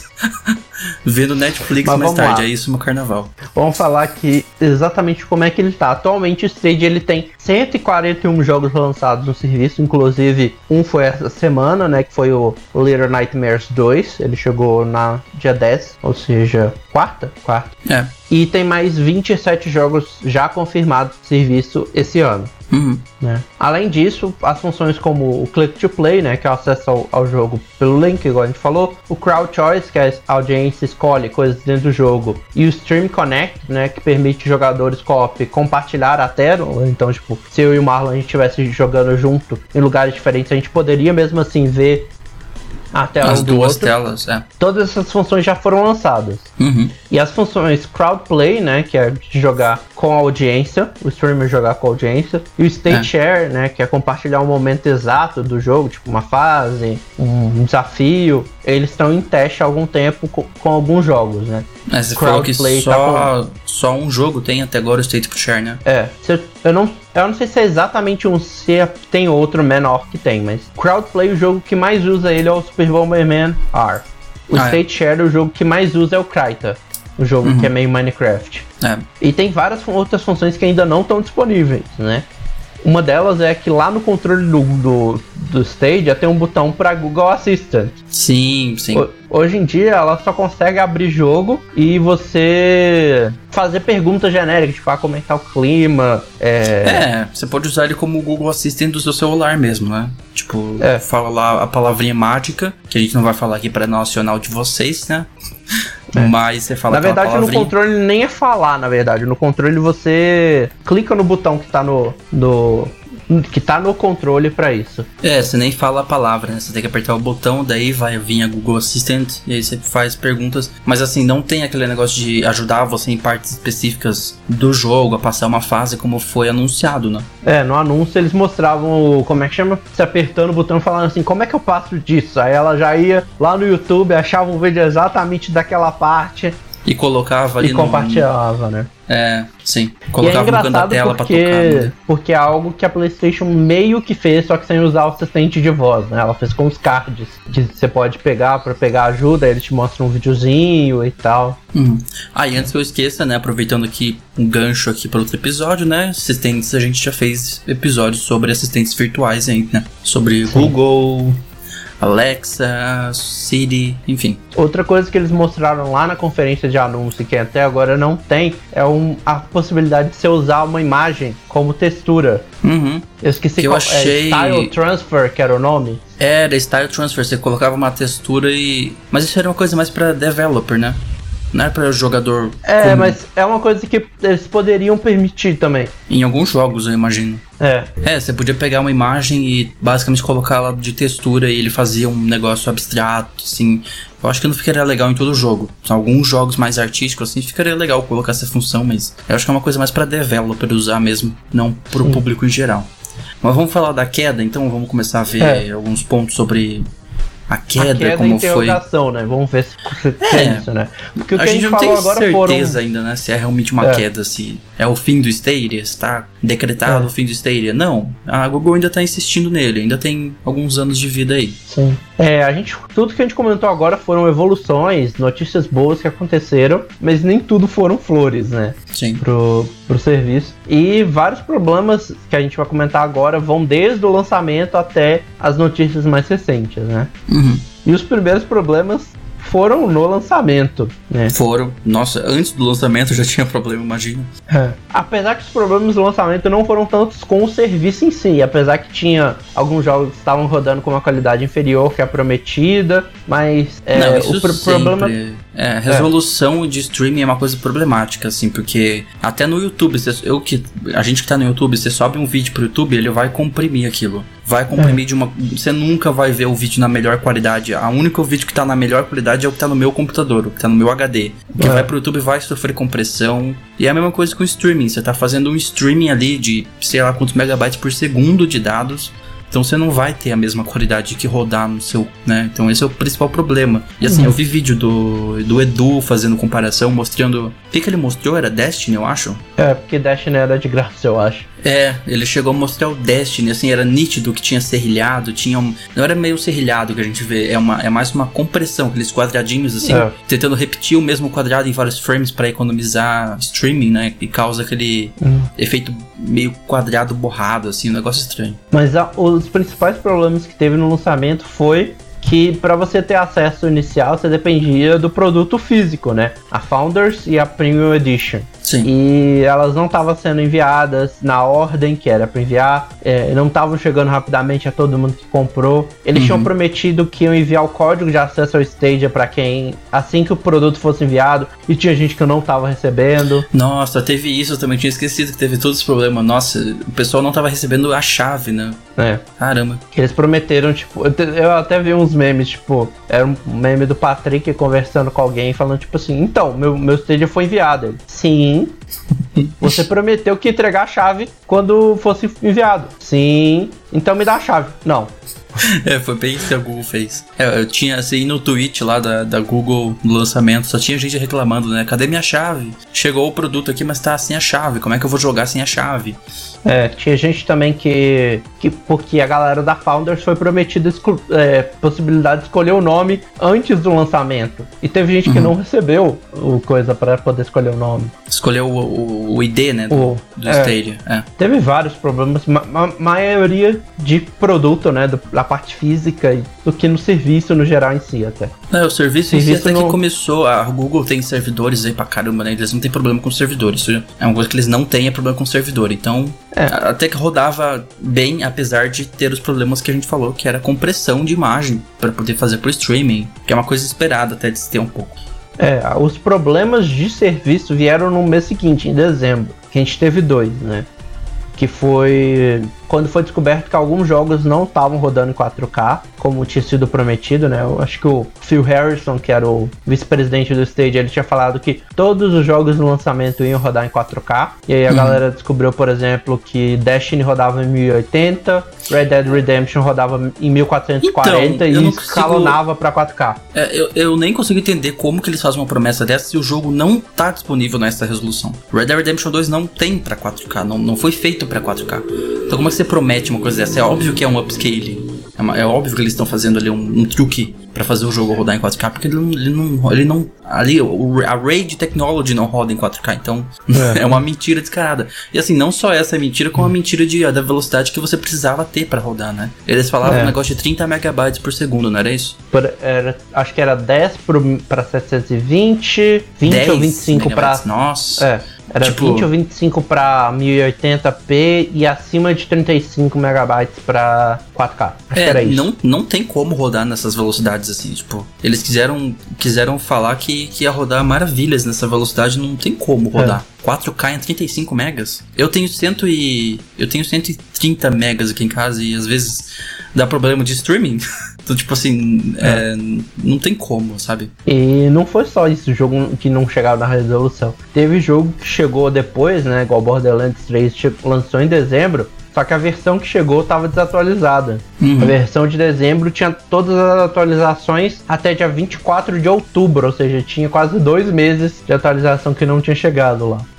vendo Netflix Mas mais vamos tarde. lá. É isso meu carnaval. Vamos falar aqui exatamente como é que ele tá. Atualmente o Stadia ele tem cento e quarenta e um jogos lançados no serviço, inclusive um foi essa semana, né, que foi o Little Nightmares dois. Ele chegou na dia dez, ou seja, quarta? Quarta. É. E tem mais vinte e sete jogos já confirmados no serviço esse ano. Uhum. Né? Além disso, as funções como o Click to Play, né, que é o acesso ao, ao jogo pelo link, igual a gente falou, o Crowd Choice, que a audiência escolhe coisas dentro do jogo, e o Stream Connect, né, que permite jogadores co-op compartilhar a tela. Então, tipo, se eu e o Marlon a gente estivesse jogando junto em lugares diferentes, a gente poderia mesmo assim ver a tela As um do duas outro. telas, é. Todas essas funções já foram lançadas. Uhum. E as funções Crowdplay, né, que é de jogar com a audiência, o streamer jogar com a audiência, e o State É. Share, né, que é compartilhar um momento exato do jogo, tipo uma fase, um desafio, eles estão em teste há algum tempo com, com alguns jogos, né. É, você falou que Crowdplay só, tá só um jogo tem até agora o State of Share, né? É, se- eu não, eu não sei se é exatamente um, se é- tem outro menor que tem, mas Crowdplay, o jogo que mais usa ele é o Super Bomberman R. O Ah, é. State Share, o jogo que mais usa é o Kryta, o jogo Uhum. que é meio Minecraft. É. E tem várias fun- outras funções que ainda não estão disponíveis, né? Uma delas é que lá no controle do, do, do Stadia tem um botão para Google Assistant. Sim, sim. Ho- Hoje em dia ela só consegue abrir jogo e você fazer perguntas genéricas, tipo, ah, como é que tá o clima, é... É, você pode usar ele como o Google Assistant do seu celular mesmo, né? Tipo, É. fala lá a palavrinha mágica, que a gente não vai falar aqui pra nacional de vocês, né? É. Mas você fala Na aquela verdade, no palavrinha. controle nem é falar, na verdade. No controle você clica no botão que tá no... no que tá no controle pra isso. É, você nem fala a palavra, né? Você tem que apertar o botão, daí vai vir a Google Assistant e aí você faz perguntas. Mas assim, não tem aquele negócio de ajudar você em partes específicas do jogo, a passar uma fase como foi anunciado, né? É, no anúncio eles mostravam, o- como é que chama? Você apertando o botão falando assim, como é que eu passo disso? Aí ela já ia lá no YouTube, achava um vídeo exatamente daquela parte E colocava ali e no... compartilhava, né? É, sim. E é Colocava no canto da engraçado tela pra porque, tocar, né? porque é algo que a PlayStation meio que fez, só que sem usar o assistente de voz, né? Ela fez com os cards, que você pode pegar pra pegar ajuda, ele te mostra um videozinho e tal. Uhum. Ah, e antes que eu esqueça, né, aproveitando aqui um gancho aqui para outro episódio, né, assistentes, a gente já fez episódios sobre assistentes virtuais aí, né, sobre Sim. Google, Alexa, Siri, enfim. Outra coisa que eles mostraram lá na conferência de anúncio, que até agora não tem, é um, a possibilidade de você usar uma imagem como textura. Uhum. Eu esqueci Que eu qual achei- é, Style Transfer, que era o nome. Era Style Transfer, você colocava uma textura e... Mas isso era uma coisa mais para developer, né? Não era para jogador É, comum. mas é uma coisa que eles poderiam permitir também. Em alguns jogos, eu imagino. É, É, você podia pegar uma imagem e basicamente colocar ela de textura e ele fazia um negócio abstrato, assim. Eu acho que não ficaria legal em todo jogo. São alguns jogos mais artísticos, assim, ficaria legal colocar essa função, mas eu acho que é uma coisa mais pra developer usar mesmo, não pro Sim. público em geral. Mas vamos falar da queda, então vamos começar a ver É. alguns pontos sobre a queda, a queda como foi. interrogação, né? Vamos ver se, se É. é isso, né? Porque o que A a gente gente não tem falou agora foram... certeza ainda, né, se é realmente uma É. queda, se é o fim do Stadia, se tá decretado É. o fim do Stadia. Não, a Google ainda tá insistindo nele, ainda tem alguns anos de vida aí. Sim. É, a gente, tudo que a gente comentou agora foram evoluções, notícias boas que aconteceram, mas nem tudo foram flores, né? Sim. Pro, pro serviço. E vários problemas que a gente vai comentar agora vão desde o lançamento até as notícias mais recentes, né? Uhum. E os primeiros problemas foram no lançamento, né? Foram. Nossa, antes do lançamento já tinha problema, imagina. É. Apesar que os problemas do lançamento não foram tantos com o serviço em si, apesar que tinha alguns jogos que estavam rodando com uma qualidade inferior que a prometida, mas é, não, isso o pro- problema... É, resolução é. de streaming é uma coisa problemática, assim, porque até no YouTube, você, eu que, a gente que tá no YouTube, você sobe um vídeo pro YouTube, ele vai comprimir aquilo. Vai comprimir é. de uma... Você nunca vai ver o vídeo na melhor qualidade. A única vídeo que tá na melhor qualidade é o que tá no meu computador, o que tá no meu H D. O que é. vai pro YouTube vai sofrer compressão. E é a mesma coisa com o streaming. Você tá fazendo um streaming ali de, sei lá, quantos megabytes por segundo de dados. Então você não vai ter a mesma qualidade que rodar no seu, né? Então esse é o principal problema. E assim, uhum. eu vi vídeo do, do Edu fazendo comparação, mostrando... O que que ele mostrou? Era Destiny, eu acho? É, porque Destiny era de graça, eu acho. É, ele chegou a mostrar o Destiny, assim, era nítido que tinha serrilhado, tinha um... Não era meio serrilhado que a gente vê, é, uma, é mais uma compressão, aqueles quadradinhos, assim, é. tentando repetir o mesmo quadrado em vários frames pra economizar streaming, né? E causa aquele uhum. efeito meio quadrado borrado, assim, um negócio estranho. Mas a, os principais problemas que teve no lançamento foi que para você ter acesso inicial, você dependia do produto físico, né? A Founders e a Premium Edition. Sim. E elas não estavam sendo enviadas na ordem que era para enviar, é, não estavam chegando rapidamente a todo mundo que comprou. Eles uhum. tinham prometido que iam enviar o código de acesso ao Stadia para quem, assim que o produto fosse enviado, e tinha gente que não estava recebendo. Nossa, teve isso, eu também tinha esquecido que teve todos os problemas. Nossa, o pessoal não estava recebendo a chave, né? É. Caramba. Eles prometeram, tipo, eu, te, eu até vi uns memes, tipo, era um meme do Patrick conversando com alguém, falando, tipo assim, então, meu, meu Stadia foi enviado. Ele, sim. Você prometeu que ia entregar a chave quando fosse enviado. Sim. Então me dá a chave. Não. É, foi bem isso que a Google fez. É, eu tinha, assim, no tweet lá da, da Google no lançamento, só tinha gente reclamando, né? Cadê minha chave? Chegou o produto aqui, mas tá sem a chave. Como é que eu vou jogar sem a chave? É, tinha gente também que, que porque a galera da Founders foi prometida é, possibilidade de escolher o nome antes do lançamento. E teve gente que uhum. não recebeu o coisa pra poder escolher o nome. Escolheu o, o, o I D, né? Do, o, do é, Stadia. É. Teve vários problemas, ma, ma, maioria de produto, né? Do, da parte física e do que no serviço no geral em si até. É, o serviço, serviço em si até não... que começou. A Google tem servidores aí pra caramba, né? Eles não tem problema com servidores. Isso é uma coisa que eles não têm, é problema com servidor. Então, é. até que rodava bem, apesar de ter os problemas que a gente falou, que era compressão de imagem pra poder fazer pro streaming, que é uma coisa esperada até de se ter um pouco. É, os problemas de serviço vieram no mês seguinte, em dezembro, que a gente teve dois, né? Que foi quando foi descoberto que alguns jogos não estavam rodando em quatro K, como tinha sido prometido, né? Eu acho que o Phil Harrison, que era o vice-presidente do Stadia, ele tinha falado que todos os jogos no lançamento iam rodar em quatro K. E aí a uhum. galera descobriu, por exemplo, que Destiny rodava em mil e oitenta, Red Dead Redemption rodava em mil quatrocentos e quarenta então, e escalonava consigo... pra quatro K. É, eu, eu nem consigo entender como que eles fazem uma promessa dessa se o jogo não tá disponível nessa resolução. Red Dead Redemption dois não tem pra quatro K, não, não foi feito pra quatro K. Então como é que você promete uma coisa dessa? É óbvio que é um upscaling. É, uma, é óbvio que eles estão fazendo ali um, um truque pra fazer o jogo rodar em quatro K, porque ele não... Ele não, ele não ali, o, a RAID Technology não roda em quatro K, então é. é uma mentira descarada. E assim, não só essa mentira, como a mentira de, da velocidade que você precisava ter pra rodar, né? Eles falavam é. um negócio de trinta megabytes por segundo, não era isso? Por, era, acho que era dez pro, pra setecentos e vinte, vinte ou vinte e cinco pra... Nossa... É. Era tipo, vinte ou vinte e cinco pra mil e oitenta p e acima de trinta e cinco megabytes pra quatro K. Acho é, que era isso. Não, não tem como rodar nessas velocidades assim, tipo, eles quiseram, quiseram falar que, que ia rodar maravilhas nessa velocidade, não tem como rodar. É. quatro K em trinta e cinco megas? Eu tenho cento e eu tenho cento e trinta megas aqui em casa e às vezes dá problema de streaming. Então, tipo assim, é. É, não tem como, sabe? E não foi só isso, o jogo que não chegava na resolução. Teve jogo que chegou depois, né? Igual Borderlands três lançou em dezembro, só que a versão que chegou estava desatualizada. Uhum. A versão de dezembro tinha todas as atualizações até dia vinte e quatro de outubro, ou seja, tinha quase dois meses de atualização que não tinha chegado lá.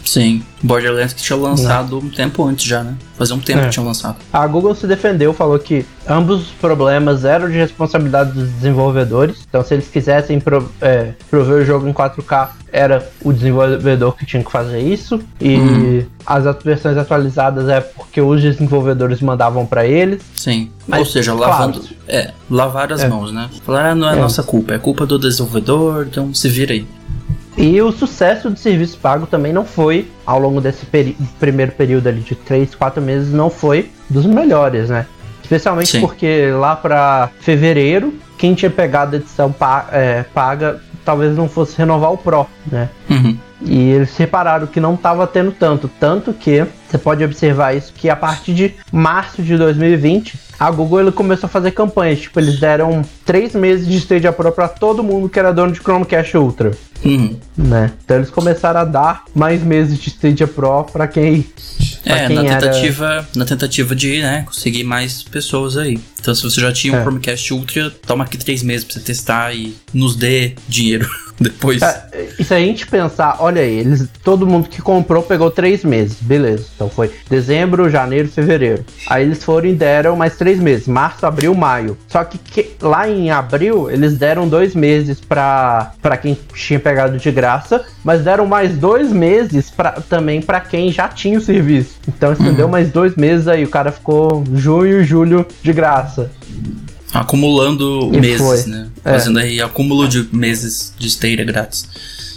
Sim, Borderlands que tinha lançado um tempo antes já, né? Fazia um tempo é. que tinha lançado. A Google se defendeu, falou que ambos os problemas eram de responsabilidade dos desenvolvedores. Então, se eles quisessem pro, é, prover o jogo em quatro K, era o desenvolvedor que tinha que fazer isso. E hum. as versões atualizadas é porque os desenvolvedores mandavam pra eles. Sim, mas, ou seja, lavando, claro, é, lavar as é. mãos, né? Falar, ah, não é, é nossa culpa, é culpa do desenvolvedor, então se vira aí. E o sucesso do serviço pago também não foi, ao longo desse peri- primeiro período ali de três, quatro meses, não foi dos melhores, né? Especialmente Sim. porque lá pra fevereiro, quem tinha pegado a edição pa- é, paga talvez não fosse renovar o Pro, né? Uhum. E eles repararam que não estava tendo tanto, tanto que você pode observar isso, que a partir de março de dois mil e vinte, a Google ele começou a fazer campanhas, tipo, eles deram três meses de Stadia Pro para todo mundo que era dono de Chromecast Ultra, uhum. né? Então eles começaram a dar mais meses de Stadia Pro para quem... Pra é, quem na era... tentativa, na tentativa de, né, conseguir mais pessoas aí. Então se você já tinha um é. Chromecast Ultra, toma aqui três meses pra você testar e nos dê dinheiro depois. É, e se a gente pensar, olha aí, eles, todo mundo que comprou pegou três meses, beleza. Então foi dezembro, janeiro, fevereiro. Aí eles foram e deram mais três meses, março, abril, maio. Só que, que lá em abril, eles deram dois meses pra, pra quem tinha pegado de graça, mas deram mais dois meses pra, também pra quem já tinha o serviço. Então estendeu uhum. mais dois meses aí, o cara ficou junho e julho de graça. Acumulando e meses, foi. né? Fazendo é. aí acúmulo de meses de Stadia grátis.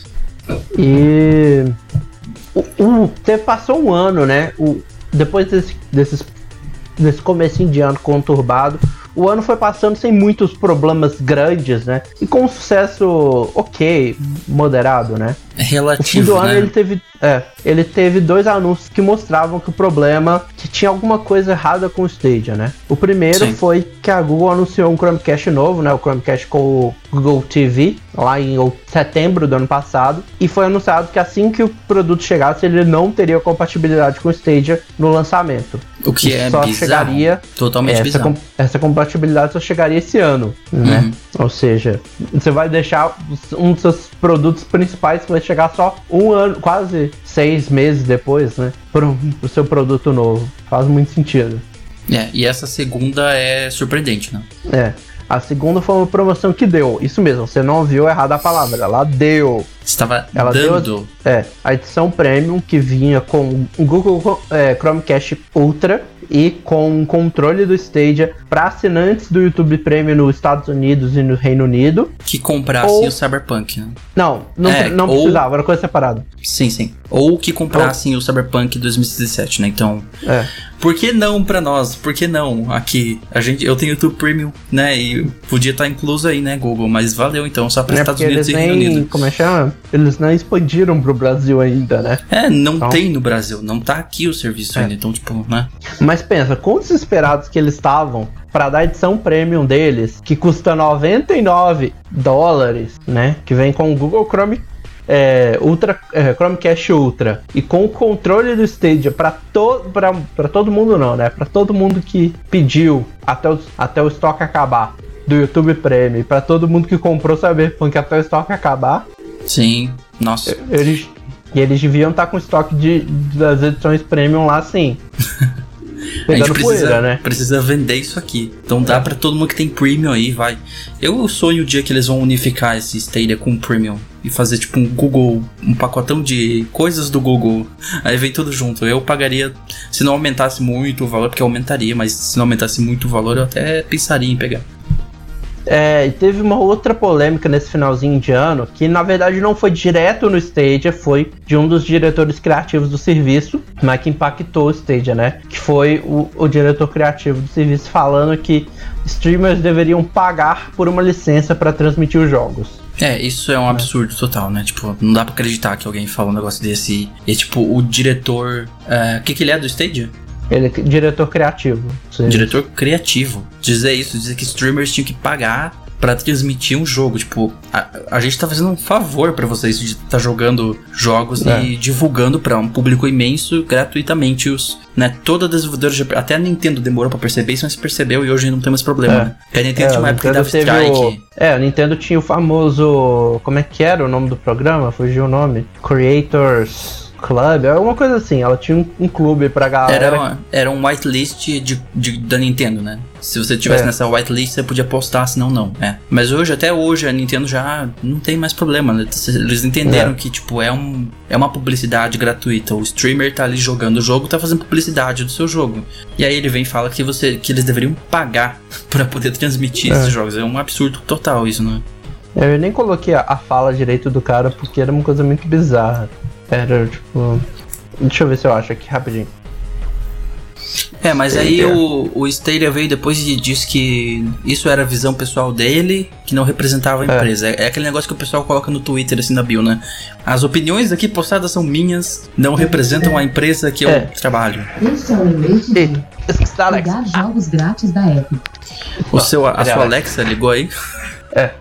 E o, o, passou um ano, né? O, depois desse, desses, desse comecinho de ano conturbado, o ano foi passando sem muitos problemas grandes, né? E com um sucesso ok, moderado, né? É relativo, no fim do né? ano ele teve, é, ele teve dois anúncios que mostravam que o problema, que tinha alguma coisa errada com o Stadia, né? O primeiro Sim. foi que a Google anunciou um Chromecast novo, né? O Chromecast com o Google T V, lá em setembro do ano passado. E foi anunciado que assim que o produto chegasse, ele não teria compatibilidade com o Stadia no lançamento. O que é só bizarro. Chegaria, Totalmente essa, bizarro. Com, essa compatibilidade só chegaria esse ano, né? Uhum. Ou seja, você vai deixar um dos seus produtos principais que vai chegar só um ano, quase seis meses depois, né? Pro, pro seu produto novo. Faz muito sentido. É, e essa segunda é surpreendente, né? É. A segunda foi uma promoção que deu. Isso mesmo, você não ouviu errado a palavra. Ela deu. Estava ela dando. Deu, é, a edição Premium que vinha com o Google é, Chromecast Ultra e com um controle do Stadia para assinantes do YouTube Premium nos Estados Unidos e no Reino Unido. Que comprassem ou... o Cyberpunk, né? Não, não, é, não ou... precisava, era coisa separada. Sim, sim. Ou que comprassem ou... o Cyberpunk dois mil e dezessete, né? Então... É. Por que não pra nós? Por que não aqui? A gente, eu tenho YouTube Premium, né? E podia estar incluso aí, né, Google? Mas valeu, então, só para é Estados Unidos e Reino Unido. Como é que chama? Eles não expandiram pro Brasil ainda, né? É, não então... tem no Brasil. Não tá aqui o serviço é. ainda. Então, tipo, né? Mas pensa, quão desesperados que eles estavam para dar a edição Premium deles, que custa noventa e nove dólares, né? Que vem com o Google Chrome É, Ultra, é, Chromecast Ultra e com o controle do Stadia para to, todo mundo não, né? Para todo mundo que pediu até o, até o estoque acabar do YouTube Premium, para todo mundo que comprou Cyberpunk até o estoque acabar. Sim, nossa. Eles, e eles deviam estar com estoque de, das edições Premium lá sim. A gente precisa, poeira, né? precisa vender isso aqui. Então dá é. pra todo mundo que tem Premium aí, vai. Eu sonho o dia que eles vão unificar esse Stadia com o Premium e fazer tipo um Google, um pacotão de coisas do Google. Aí vem tudo junto. Eu pagaria, se não aumentasse muito o valor, porque aumentaria, mas se não aumentasse muito o valor, eu até pensaria em pegar. É, e teve uma outra polêmica nesse finalzinho de ano, que na verdade não foi direto no Stadia, foi de um dos diretores criativos do serviço, mas que impactou o Stadia, né? Que foi o, o diretor criativo do serviço falando que streamers deveriam pagar por uma licença para transmitir os jogos. É, isso é um absurdo total, né? Tipo, não dá pra acreditar que alguém fala um negócio desse. E tipo, o diretor... O uh, que que ele é do Stadia? Ele é diretor criativo. Sim. Diretor criativo. Dizer isso, dizer que streamers tinham que pagar pra transmitir um jogo. Tipo, a, a gente tá fazendo um favor pra vocês de estar tá jogando jogos é. e divulgando pra um público imenso gratuitamente os, né? Toda desenvolvedora, até a Nintendo demorou pra perceber isso, mas percebeu e hoje não tem mais problema, é. né? Porque a Nintendo é, tinha uma época que dava strike. O... É, a Nintendo tinha o famoso... Como é que era o nome do programa? Fugiu o nome. Creators... Club, alguma coisa assim. Ela tinha um, um clube pra galera. Era, uma, era um whitelist de, de, da Nintendo, né? Se você tivesse é. nessa whitelist, você podia postar, senão não. É. Mas hoje, até hoje, a Nintendo já não tem mais problema, né? Eles entenderam é. que, tipo, é, um, é uma publicidade gratuita. O streamer tá ali jogando o jogo, tá fazendo publicidade do seu jogo. E aí ele vem e fala que, você, que eles deveriam pagar pra poder transmitir é. esses jogos. É um absurdo total isso, né? Eu nem coloquei a, a fala direito do cara, porque era uma coisa muito bizarra. Era, tipo... Deixa eu ver se eu acho aqui, rapidinho. É, mas aí o, o Stadia veio depois e disse que isso era a visão pessoal dele, que não representava a empresa. É, é aquele negócio que o pessoal coloca no Twitter, assim, na bio, né? As opiniões aqui postadas são minhas, não representam a empresa que eu é. trabalho. Esse é o lembrete de pegar jogos grátis da Epic. O seu, a, a sua Alexa ligou aí? É.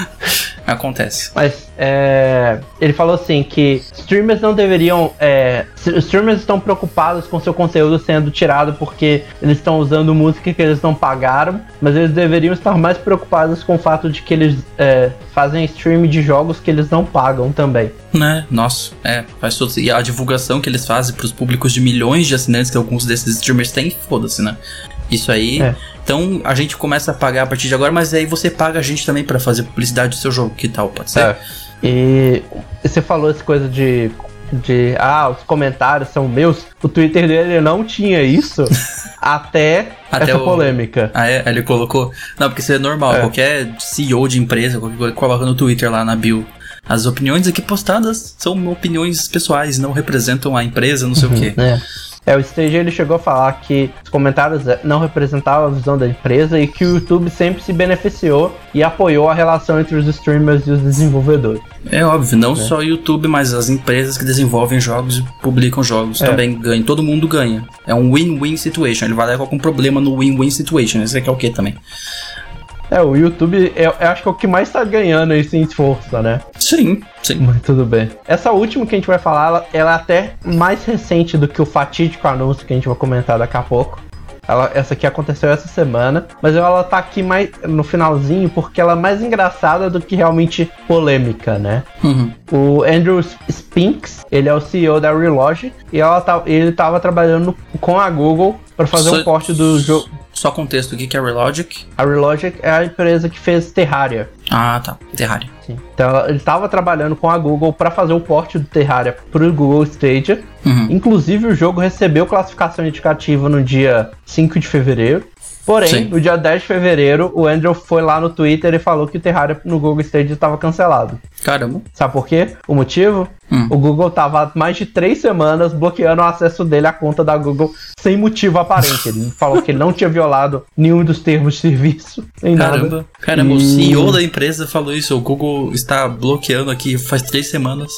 Acontece. Mas é, ele falou assim que streamers não deveriam. É, streamers estão preocupados com seu conteúdo sendo tirado porque eles estão usando música que eles não pagaram, mas eles deveriam estar mais preocupados com o fato de que eles é, fazem stream de jogos que eles não pagam também. Né? Nossa, é, faz todo. E a divulgação que eles fazem pros públicos de milhões de assinantes que alguns desses streamers têm, foda-se, né? Isso aí. É. Então a gente começa a pagar a partir de agora, mas aí você paga a gente também pra fazer publicidade do seu jogo, que tal? Pode ser? É. E você falou essa coisa de, de. Ah, os comentários são meus. O Twitter dele não tinha isso até, até essa o... polêmica. Ah, é? Ele colocou. Não, porque isso é normal. É. Qualquer C E O de empresa coloca no Twitter lá na bio. As opiniões aqui postadas são opiniões pessoais, não representam a empresa, não sei uhum, o quê. É. É, o Stadia ele chegou a falar que os comentários não representavam a visão da empresa e que o YouTube sempre se beneficiou e apoiou a relação entre os streamers e os desenvolvedores. É óbvio, não é. só o YouTube, mas as empresas que desenvolvem jogos e publicam jogos é. também ganham. Todo mundo ganha. É um win-win situation. Ele vai levar algum problema no win-win situation. Esse aqui é o que também? É, o YouTube, eu, eu acho que é o que mais tá ganhando aí sem esforço, né? Sim, sim. Mas tudo bem. Essa última que a gente vai falar, ela, ela é até mais recente do que o fatídico anúncio que a gente vai comentar daqui a pouco. Ela, essa aqui aconteceu essa semana, mas ela tá aqui mais no finalzinho porque ela é mais engraçada do que realmente polêmica, né? Uhum. O Andrew Spinks, ele é o C E O da Relogic e ela tá, ele tava trabalhando com a Google para fazer so, um porte do jogo. Só contexto, o que é a Relogic? A Relogic é a empresa que fez Terraria. Ah, tá. Terraria. Sim. Então ele estava trabalhando com a Google para fazer o porte do Terraria pro Google Stadia. Uhum. Inclusive o jogo recebeu classificação indicativa no dia cinco de fevereiro. Porém, Sim. no dia dez de fevereiro, o Andrew foi lá no Twitter e falou que o Terraria no Google Stadia estava cancelado. Caramba. Sabe por quê? O motivo? Hum. O Google tava há mais de três semanas bloqueando o acesso dele à conta da Google sem motivo aparente. Ele falou que ele não tinha violado nenhum dos termos de serviço, nem Caramba. nada. Caramba, e... o C E O da empresa falou isso. O Google está bloqueando aqui faz três semanas.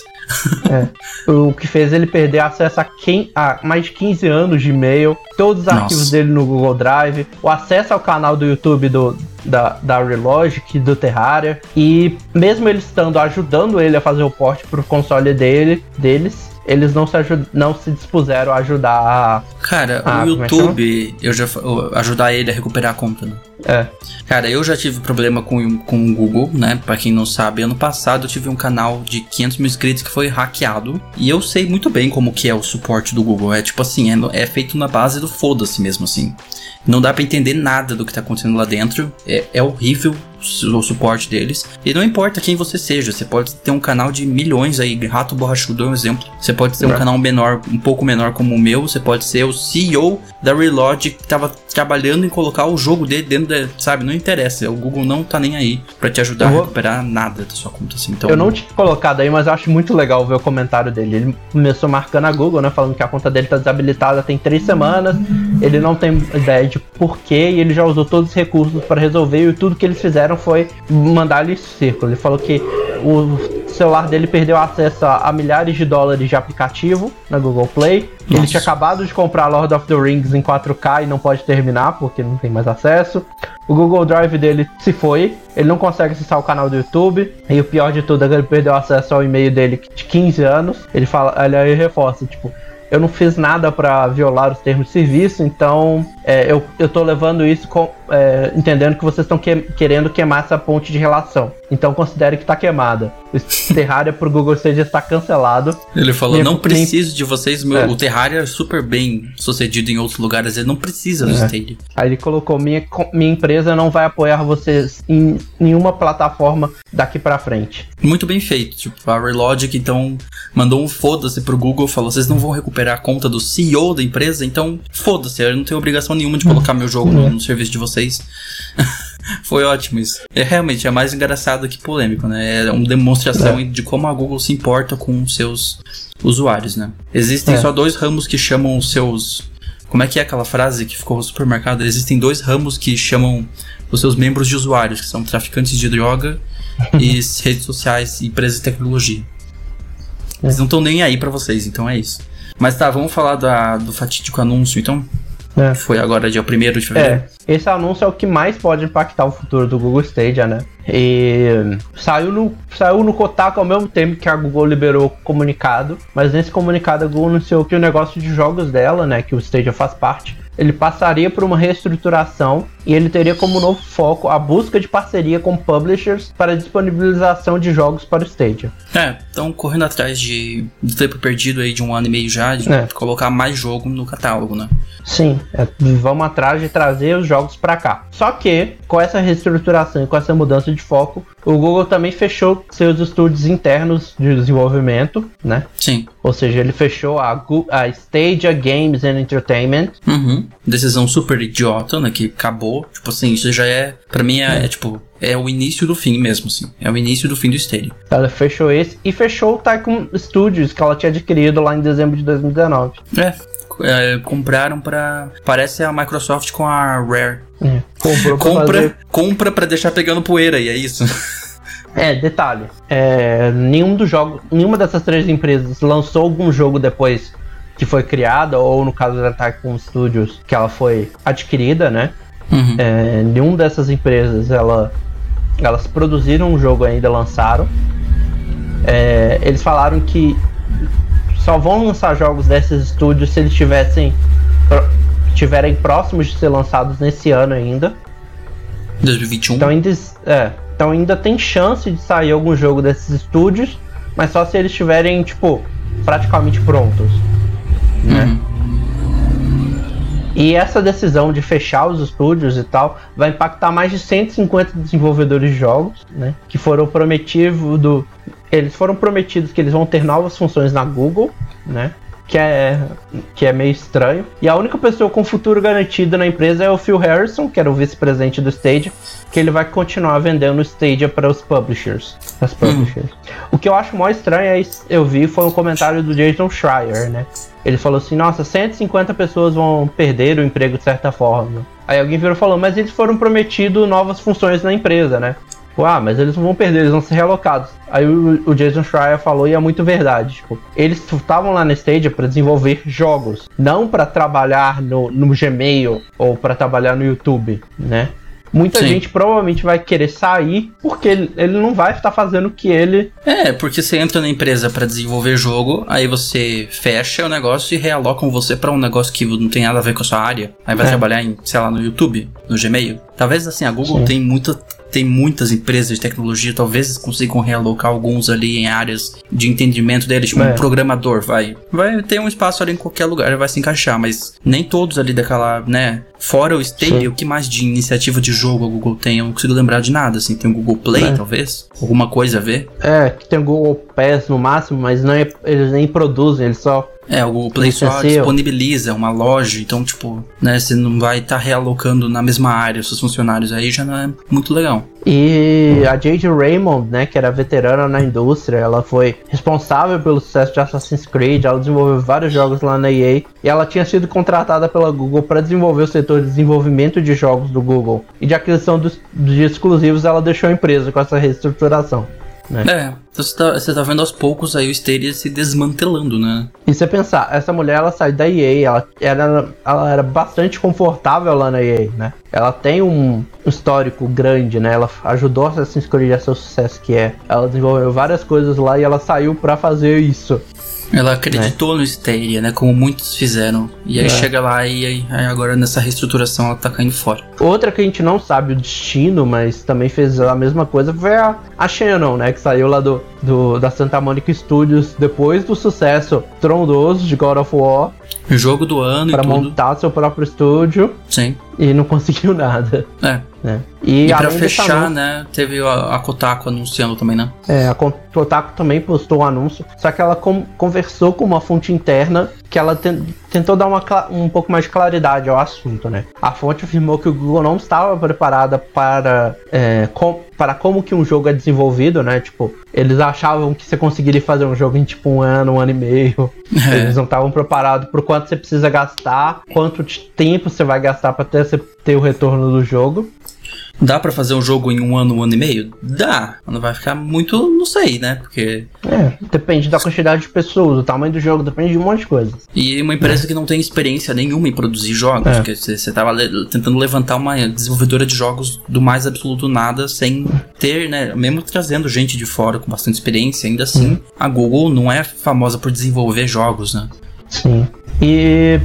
É. O que fez ele perder acesso a, quem, a mais de quinze anos de e-mail, todos os Nossa. arquivos dele no Google Drive, o acesso ao canal do YouTube do, da, da Relogic, do Terraria, e mesmo eles estando ajudando ele a fazer o port pro console dele, deles, eles não se, ajud- não se dispuseram a ajudar a... Cara, a, o YouTube, é eu já ajudar ele a recuperar a conta, né? É. Cara, eu já tive problema com, com o Google, né? Pra quem não sabe, ano passado eu tive um canal de quinhentos mil inscritos que foi hackeado. E eu sei muito bem como que é o suporte do Google. É tipo assim, é, é feito na base do foda-se mesmo, assim. Não dá pra entender nada do que tá acontecendo lá dentro. É, é horrível o suporte deles. E não importa quem você seja. Você pode ter um canal de milhões aí. Rato Borrachudo é um exemplo. Você pode ter um canal menor, um pouco menor como o meu. Você pode ser o C E O da Relogic que tava trabalhando em colocar o jogo dele dentro da... Sabe, não interessa. O Google não tá nem aí pra te ajudar vou... a recuperar nada da sua conta, assim. Então, eu não tinha colocado aí, mas eu acho muito legal ver o comentário dele. Ele começou marcando a Google, né? Falando que a conta dele tá desabilitada tem três semanas. Ele não tem ideia de porquê e ele já usou todos os recursos para resolver. E tudo que eles fizeram foi mandar ele círculo. Ele falou que o celular dele perdeu acesso a, a milhares de dólares de aplicativo na Google Play. Nossa. Ele tinha acabado de comprar Lord of the Rings em quatro K e não pode terminar porque não tem mais acesso. O Google Drive dele se foi, ele não consegue acessar o canal do YouTube. E o pior de tudo é que ele perdeu acesso ao e-mail dele de quinze anos. Ele fala, ele aí reforça, tipo, eu não fiz nada pra violar os termos de serviço, então é, eu, eu tô levando isso com, é, entendendo que vocês estão que, querendo queimar essa ponte de relação. Então considere que está queimada. O Terraria pro Google Stadia está cancelado. Ele falou, Minha, não preciso de vocês, meu, é. o Terraria é super bem sucedido em outros lugares, ele não precisa do é. Stadia. Aí ele colocou, minha, minha empresa não vai apoiar vocês em nenhuma plataforma daqui pra frente. Muito bem feito, tipo, a Relogic então mandou um foda-se pro Google, falou, vocês não vão recuperar a conta do C E O da empresa, então foda-se, eu não tenho obrigação nenhuma de colocar meu jogo no, no serviço de vocês. Foi ótimo isso. É realmente é mais engraçado que polêmico, né? É uma demonstração é. de como a Google se importa com os seus usuários, né? Existem é. só dois ramos que chamam os seus... Como é que é aquela frase que ficou super marcada? Existem dois ramos que chamam os seus membros de usuários, que são traficantes de droga e redes sociais e empresas de tecnologia. É. Eles não estão nem aí pra vocês, então é isso. Mas tá, vamos falar da, do fatídico anúncio, então? É. Foi agora dia primeiro de fevereiro. É, esse anúncio é o que mais pode impactar o futuro do Google Stadia, né? E saiu no, saiu no Kotaku ao mesmo tempo que a Google liberou o comunicado, mas nesse comunicado a Google anunciou que o negócio de jogos dela, né, que o Stadia faz parte, ele passaria por uma reestruturação e ele teria como novo foco a busca de parceria com publishers para a disponibilização de jogos para o Stadia. É, estão correndo atrás de, de tempo perdido aí de um ano e meio já, de é. colocar mais jogo no catálogo, né? Sim, é, vamos atrás de trazer os jogos para cá. Só que, com essa reestruturação e com essa mudança de foco, o Google também fechou seus estúdios internos de desenvolvimento, né? Sim. Ou seja, ele fechou a, a Stadia Games and Entertainment. Uhum. Decisão super idiota, né? Que acabou. Tipo assim, isso já é... Pra mim é, é tipo... É o início do fim mesmo, assim. É o início do fim do Stadia. Ela fechou esse e fechou o Tycoon Studios, que ela tinha adquirido lá em dezembro de dois mil e dezenove. É. É, compraram pra... Parece a Microsoft com a Rare. É. Comprou pra compra, fazer... compra pra deixar pegando poeira, e é isso. É, detalhe. É, nenhum dos jogos... Nenhuma dessas três empresas lançou algum jogo depois que foi criada, ou no caso da Tycoon Studios, que ela foi adquirida, né? Uhum. É, nenhuma dessas empresas, ela, elas produziram um jogo ainda, lançaram. É, eles falaram que só vão lançar jogos desses estúdios se eles tivessem estiverem próximos de ser lançados nesse ano ainda. dois mil e vinte e um. Então ainda, é, então ainda tem chance de sair algum jogo desses estúdios, mas só se eles estiverem, tipo, praticamente prontos, né? Uhum. E essa decisão de fechar os estúdios e tal vai impactar mais de cento e cinquenta desenvolvedores de jogos, né? Que foram prometidos do, eles foram prometidos que eles vão ter novas funções na Google, né? Que é, que é meio estranho. E a única pessoa com futuro garantido na empresa é o Phil Harrison, que era o vice-presidente do Stadia, que ele vai continuar vendendo o Stadia para os publishers. As publishers. Hum. O que eu acho mais estranho, é, eu vi, foi um comentário do Jason Schreier, né? Ele falou assim, nossa, cento e cinquenta pessoas vão perder o emprego de certa forma. Aí alguém virou e falou, mas eles foram prometidos novas funções na empresa, né? Ah, mas eles não vão perder, eles vão ser realocados. Aí o, o Jason Schreier falou, e é muito verdade, tipo, eles estavam lá na Stadia para desenvolver jogos, não para trabalhar no, no Gmail ou para trabalhar no YouTube, né? Muita Sim. gente provavelmente vai querer sair porque ele, ele não vai estar fazendo o que ele... É, porque você entra na empresa para desenvolver jogo, aí você fecha o negócio e realocam você para um negócio que não tem nada a ver com a sua área. Aí vai é. trabalhar em, sei lá, no YouTube, no Gmail. Talvez assim, a Google Sim. tem muita... Tem muitas empresas de tecnologia, talvez eles consigam realocar alguns ali em áreas de entendimento deles, tipo é. um programador, vai. Vai ter um espaço ali em qualquer lugar, vai se encaixar, mas nem todos ali daquela, né? Fora o Stadia, o que mais de iniciativa de jogo a Google tem? Eu não consigo lembrar de nada, assim. Tem o Google Play, é. talvez? Alguma coisa a ver? É, que tem o Google Pass no máximo, mas não é, eles nem produzem, eles só... É, o Google Play só disponibiliza uma loja, então, tipo, né, você não vai estar tá realocando na mesma área os seus funcionários aí, já não é muito legal. E a Jade Raymond, né, que era veterana na indústria, ela foi responsável pelo sucesso de Assassin's Creed, ela desenvolveu vários jogos lá na E A, e ela tinha sido contratada pela Google para desenvolver o setor de desenvolvimento de jogos do Google. E de aquisição dos, de exclusivos, ela deixou a empresa com essa reestruturação. Né? É, Então você tá, você tá vendo aos poucos aí o Stadia se desmantelando, né? E você pensar, essa mulher, ela sai da E A, ela era, ela era bastante confortável lá na E A, né? Ela tem um histórico grande, né? Ela ajudou a Assassin's Creed a ser o sucesso que é. Ela desenvolveu várias coisas lá e ela saiu pra fazer isso. Ela acreditou né? no Stadia, né? Como muitos fizeram. E aí é. chega lá e aí, aí agora nessa reestruturação ela tá caindo fora. Outra que a gente não sabe o destino, mas também fez a mesma coisa, foi a, a Shannon, né? Que saiu lá do, do, da Santa Monica Studios depois do sucesso trondoso de God of War. Jogo do ano pra e tudo. Pra montar seu próprio estúdio. Sim. E não conseguiu nada. É. Né? E, e pra fechar, anúncio, né, teve a, a Kotaku anunciando também, né? É, a Kotaku também postou um anúncio, só que ela com, conversou com uma fonte interna que ela ten, tentou dar uma, um pouco mais de claridade ao assunto, né? A fonte afirmou que o Google não estava preparada para, é, com, para como que um jogo é desenvolvido, né? Tipo, eles achavam que você conseguiria fazer um jogo em tipo um ano, um ano e meio. É. Eles não estavam preparados por quanto você precisa gastar, quanto tempo você vai gastar para ter, ter o retorno do jogo. Dá pra fazer um jogo em um ano, um ano e meio? Dá. Não vai ficar muito, não sei, né? Porque... É, depende da quantidade de pessoas, do tamanho do jogo, depende de um monte de coisa. E uma empresa é. que não tem experiência nenhuma em produzir jogos, é. porque você, você tava le- tentando levantar uma desenvolvedora de jogos do mais absoluto nada, sem ter, né? Mesmo trazendo gente de fora com bastante experiência, ainda assim, hum. a Google não é famosa por desenvolver jogos, né? Sim. E...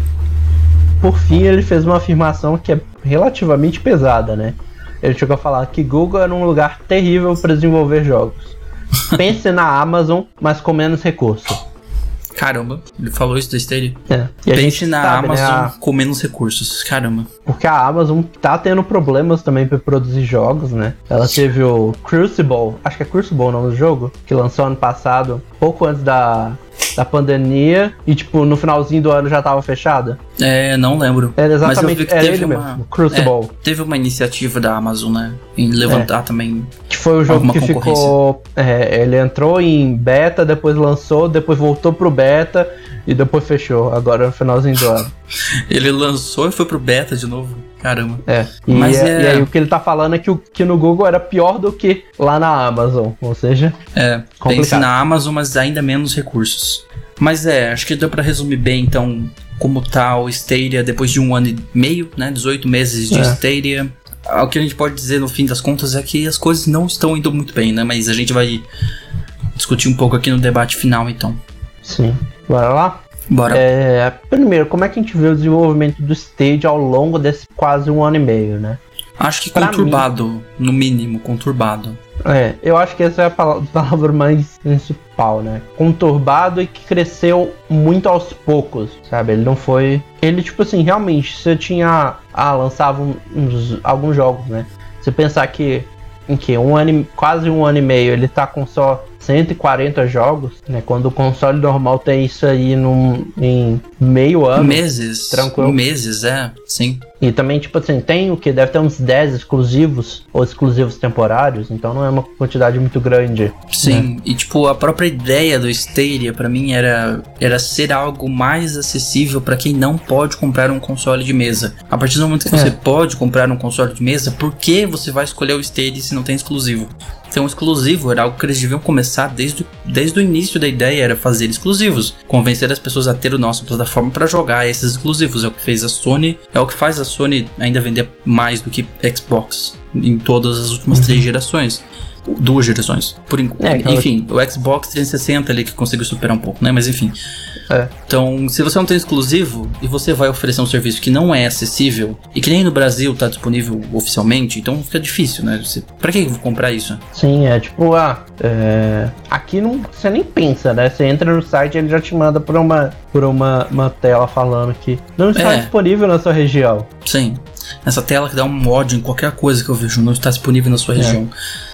por fim, ele fez uma afirmação que é relativamente pesada, né? Ele chegou a falar que Google era um lugar terrível para desenvolver jogos. Pense na Amazon, mas com menos recursos. Caramba, ele falou isso do Stadia? É. Pense na sabe, Amazon, né, a... com menos recursos. Caramba. Porque a Amazon tá tendo problemas também para produzir jogos, né? Ela teve o Crucible, acho que é Crucible o nome do jogo, que lançou ano passado, pouco antes da... da pandemia, e tipo, no finalzinho do ano já tava fechada. É, não lembro. Era exatamente, Mas eu vi que era teve ele uma, mesmo, Crucible. É, teve uma iniciativa da Amazon, né, em levantar é. também. Que foi o jogo que ficou, é, ele entrou em beta, depois lançou, depois voltou pro beta, e depois fechou, agora no finalzinho do ano. Ele lançou e foi pro beta de novo. Caramba. É. E, Mas é, é... e aí o que ele tá falando é que, o, que no Google era pior do que lá na Amazon. Ou seja, é, pense na Amazon, mas ainda menos recursos. Mas é, acho que deu pra resumir bem, então, como tá o Stadia depois de um ano e meio, né? dezoito meses de é. Stadia. O que a gente pode dizer no fim das contas é que as coisas não estão indo muito bem, né? Mas a gente vai discutir um pouco aqui no debate final, então. Sim. Bora lá? Bora. É, primeiro, como é que a gente vê o desenvolvimento do Stadia ao longo desse quase um ano e meio, né? Acho que pra conturbado, mim, no mínimo, conturbado. É, eu acho que essa é a palavra mais principal, né? Conturbado e que cresceu muito aos poucos, sabe? Ele não foi... Ele, tipo assim, realmente, você tinha... Ah, lançava uns, alguns jogos, né? Você pensar que em que um ano, quase um ano e meio ele tá com só cento e quarenta jogos, né? Quando o console normal tem isso aí num, em meio ano. Meses. Tranquilo. Meses, é, sim. E também, tipo assim, tem o que? Deve ter uns dez exclusivos ou exclusivos temporários, então não é uma quantidade muito grande. Sim, né? E tipo, a própria ideia do Stadia, pra mim, era, era ser algo mais acessível pra quem não pode comprar um console de mesa. A partir do momento que é. você pode comprar um console de mesa, por que você vai escolher o Stadia se não tem exclusivo? Então, exclusivo era algo que eles deviam começar desde, desde o início da ideia, era fazer exclusivos. Convencer as pessoas a ter a nossa plataforma para jogar esses exclusivos. É o que fez a Sony, é o que faz a Sony ainda vender mais do que Xbox em todas as últimas uhum. três gerações. Duas gerações. Por in... é, enfim, o Xbox trezentos e sessenta ali que conseguiu superar um pouco, né? Mas enfim. É. Então, se você não tem exclusivo e você vai oferecer um serviço que não é acessível e que nem no Brasil tá disponível oficialmente, então fica difícil, né? Você... Pra que eu vou comprar isso? Sim, é tipo, ah, é... aqui não, você nem pensa, né? Você entra no site e ele já te manda por uma, por uma, uma tela falando que não está é. disponível na sua região. Sim. Essa tela que dá um ódio em qualquer coisa que eu vejo, não está disponível na sua é. região.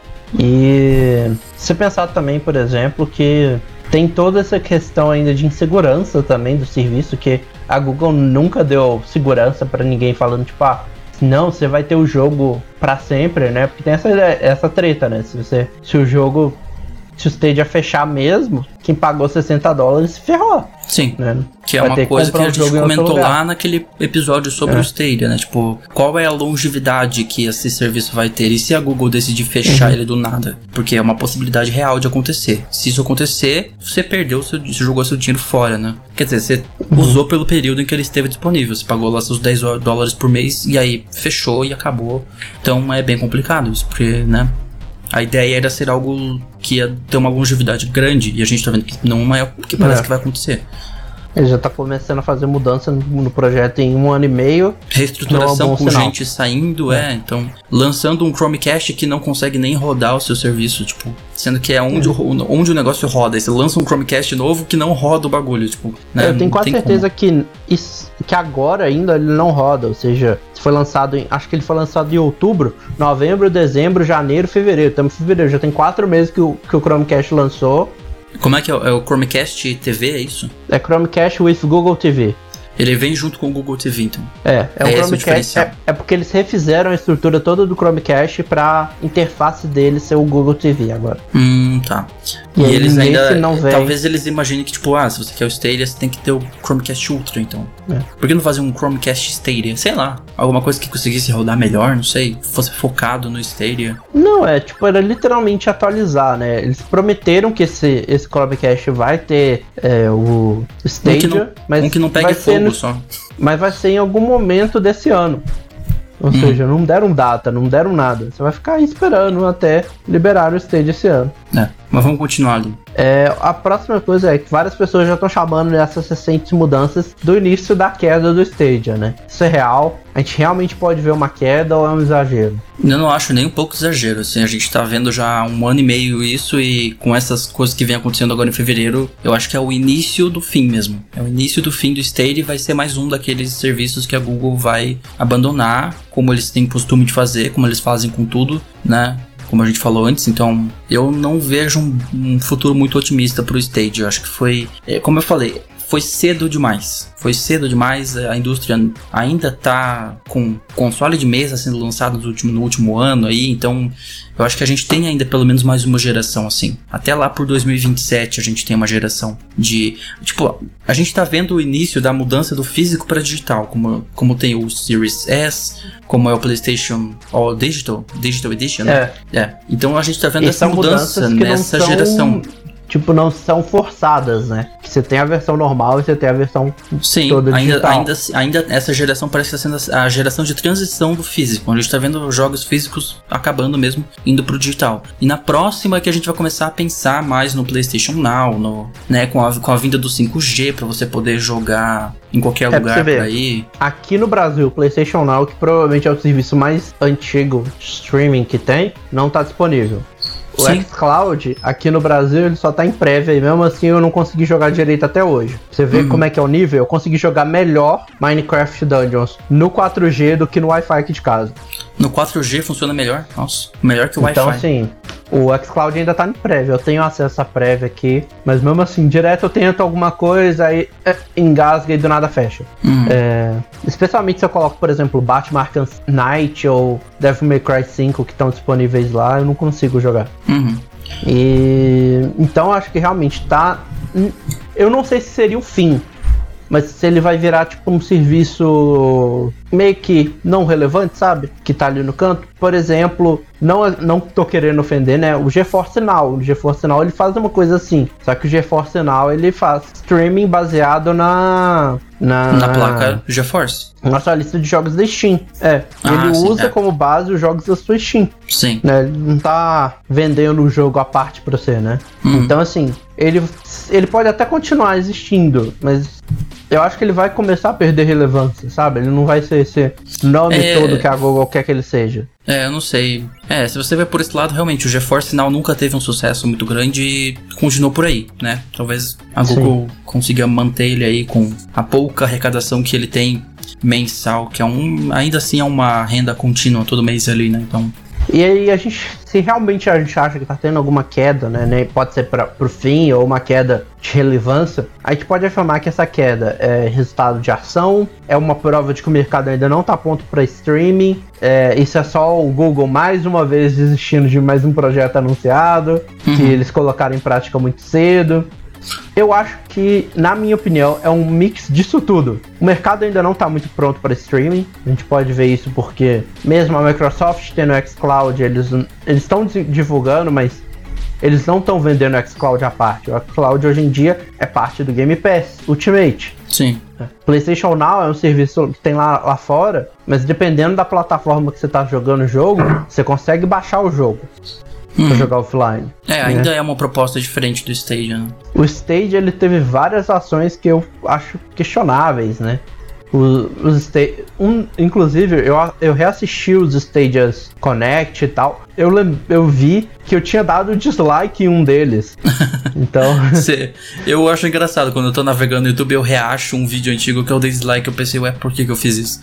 E você pensar também, por exemplo, que tem toda essa questão ainda de insegurança também do serviço, que a Google nunca deu segurança pra ninguém falando, tipo, ah, não, você vai ter o jogo pra sempre, né? Porque tem essa, essa treta, né? Se, você, se o jogo, se o Stadia fechar mesmo, quem pagou sessenta dólares se ferrou. Sim, né? Que é vai uma coisa que, que a gente comentou lá naquele episódio sobre é. o Stadia, né? Tipo, qual é a longevidade que esse serviço vai ter? E se a Google decidir fechar uhum. ele do nada? Porque é uma possibilidade real de acontecer. Se isso acontecer, você perdeu, seu, você jogou seu dinheiro fora, né? Quer dizer, você uhum. usou pelo período em que ele esteve disponível. Você pagou lá seus dez dólares por mês e aí fechou e acabou. Então é bem complicado isso, porque, né? A ideia era ser algo que ia ter uma longevidade grande e a gente tá vendo que não é o que parece é. que vai acontecer. Ele já tá começando a fazer mudança no projeto em um ano e meio. Reestruturação é com sinal. gente saindo, é. é. Então, lançando um Chromecast que não consegue nem rodar o seu serviço, tipo, sendo que é onde, é. O, onde o negócio roda. Aí você lança um Chromecast novo que não roda o bagulho, tipo, né? Eu tenho quase certeza que, isso, que agora ainda ele não roda, ou seja, foi lançado em, acho que ele foi lançado em outubro, novembro, dezembro, janeiro, fevereiro. Estamos em fevereiro, já tem quatro meses que o, que o Chromecast lançou. Como é que é? É o Chromecast T V, é isso? É Chromecast with Google T V. Ele vem junto com o Google T V, então. É, é, é o Chromecast. É, é porque eles refizeram a estrutura toda do Chromecast pra interface dele ser o Google T V agora. Hum, tá. E, e eles ainda. Não vem... Talvez eles imaginem que, tipo, ah, se você quer o Stadia, você tem que ter o Chromecast Ultra, então. É. Por que não fazer um Chromecast Stadia? Sei lá. Alguma coisa que conseguisse rodar melhor, não sei. Fosse focado no Stadia. Não, é, tipo, era literalmente atualizar, né? Eles prometeram que esse, esse Chromecast vai ter é, o Stadia, um que não, mas. Um que não pegue fogo no... só. Mas vai ser em algum momento desse ano. Ou hum. seja, não deram data, não deram nada. Você vai ficar aí esperando até liberar o Stadia esse ano. É, mas vamos continuar ali. É, a próxima coisa é que várias pessoas já estão chamando essas recentes mudanças do início da queda do Stadia, né? Isso é real? A gente realmente pode ver uma queda ou é um exagero? Eu não acho nem um pouco exagero, assim, a gente tá vendo já há um ano e meio isso e com essas coisas que vem acontecendo agora em fevereiro, eu acho que é o início do fim mesmo. É o início do fim do Stadia e vai ser mais um daqueles serviços que a Google vai abandonar, como eles têm costume de fazer, como eles fazem com tudo, né? Como a gente falou antes, então eu não vejo um, um futuro muito otimista pro Stadia. Eu acho que foi, é, como eu falei, foi cedo demais. Foi cedo demais, a indústria ainda tá com console de mesa sendo lançado no último, no último ano aí, então eu acho que a gente tem ainda pelo menos mais uma geração assim. Até lá por dois mil e vinte e sete a gente tem uma geração de... Tipo, a gente tá vendo o início da mudança do físico para digital, como, como tem o Series S, como é o PlayStation All Digital, Digital Edition, né? É. é. Então a gente tá vendo e essa mudança nessa são... geração. Tipo, não são forçadas, né? Que você tem a versão normal e você tem a versão Sim, toda ainda, digital. ainda, ainda essa geração parece estar sendo a geração de transição do físico. A gente tá vendo os jogos físicos acabando mesmo, indo pro digital. E na próxima é que a gente vai começar a pensar mais no PlayStation Now, no, né, com, a, com a vinda do cinco G, pra você poder jogar em qualquer é lugar por aí. Aqui no Brasil, o PlayStation Now, que provavelmente é o serviço mais antigo de streaming que tem, não tá disponível. O Sim. xCloud, aqui no Brasil, ele só tá em prévia e mesmo assim eu não consegui jogar direito até hoje. Você vê uhum. como é que é o nível? Eu consegui jogar melhor Minecraft Dungeons no quatro G do que no Wi-Fi aqui de casa. No quatro G funciona melhor? Nossa, melhor que o então, Wi-Fi. Então, assim, o xCloud ainda tá em prévia. Eu tenho acesso à prévia aqui, mas mesmo assim, direto eu tento alguma coisa, aí é, engasga e do nada fecha. Uhum. É, especialmente se eu coloco, por exemplo, Batman Arkham Knight ou Devil May Cry cinco que estão disponíveis lá, eu não consigo jogar. Uhum. E então acho que realmente tá. Eu não sei se seria o fim, mas se ele vai virar tipo um serviço meio que não relevante, sabe? Que tá ali no canto. Por exemplo, não, não tô querendo ofender, né? O GeForce Now. O GeForce Now ele faz uma coisa assim. Só que o GeForce Now ele faz streaming baseado na... Na, na placa GeForce. Na sua lista de jogos da Steam. É. Ah, ele sim, usa é. como base os jogos da sua Steam. Sim. Né? Ele não tá vendendo o jogo à parte pra você, né? Uhum. Então, assim, ele, ele pode até continuar existindo, mas eu acho que ele vai começar a perder relevância, sabe? Ele não vai ser esse nome é... todo que a Google quer que ele seja. É, eu não sei. É, se você ver por esse lado, realmente, o GeForce Now nunca teve um sucesso muito grande e continuou por aí, né? Talvez a Google Sim. consiga manter ele aí com a pouca arrecadação que ele tem mensal, que é um, ainda assim é uma renda contínua todo mês ali, né? Então... E aí a gente, se realmente a gente acha que tá tendo alguma queda, né, né pode ser pra, pro fim ou uma queda de relevância, a gente pode afirmar que essa queda é resultado de ação, é uma prova de que o mercado ainda não tá pronto para streaming, é, isso é só o Google mais uma vez desistindo de mais um projeto anunciado, uhum. que eles colocaram em prática muito cedo. Eu acho que, na minha opinião, é um mix disso tudo. O mercado ainda não está muito pronto para streaming. A gente pode ver isso porque, mesmo a Microsoft tendo o xCloud, eles estão divulgando, mas eles não estão vendendo o xCloud à parte. O xCloud hoje em dia é parte do Game Pass Ultimate. Sim. PlayStation Now é um serviço que tem lá, lá fora, mas dependendo da plataforma que você está jogando o jogo, você consegue baixar o jogo. Hum. Pra jogar offline. É, ainda né? é uma proposta diferente do Stadia, né? O Stadia, ele teve várias ações que eu acho questionáveis, né? Os, os Stadia, um, inclusive, eu, eu reassisti os Stadias Connect e tal. Eu, eu vi que eu tinha dado dislike em um deles. Então... Cê, eu acho engraçado, quando eu tô navegando no YouTube, eu reacho um vídeo antigo que eu dei dislike, eu pensei, ué, por que que eu fiz isso?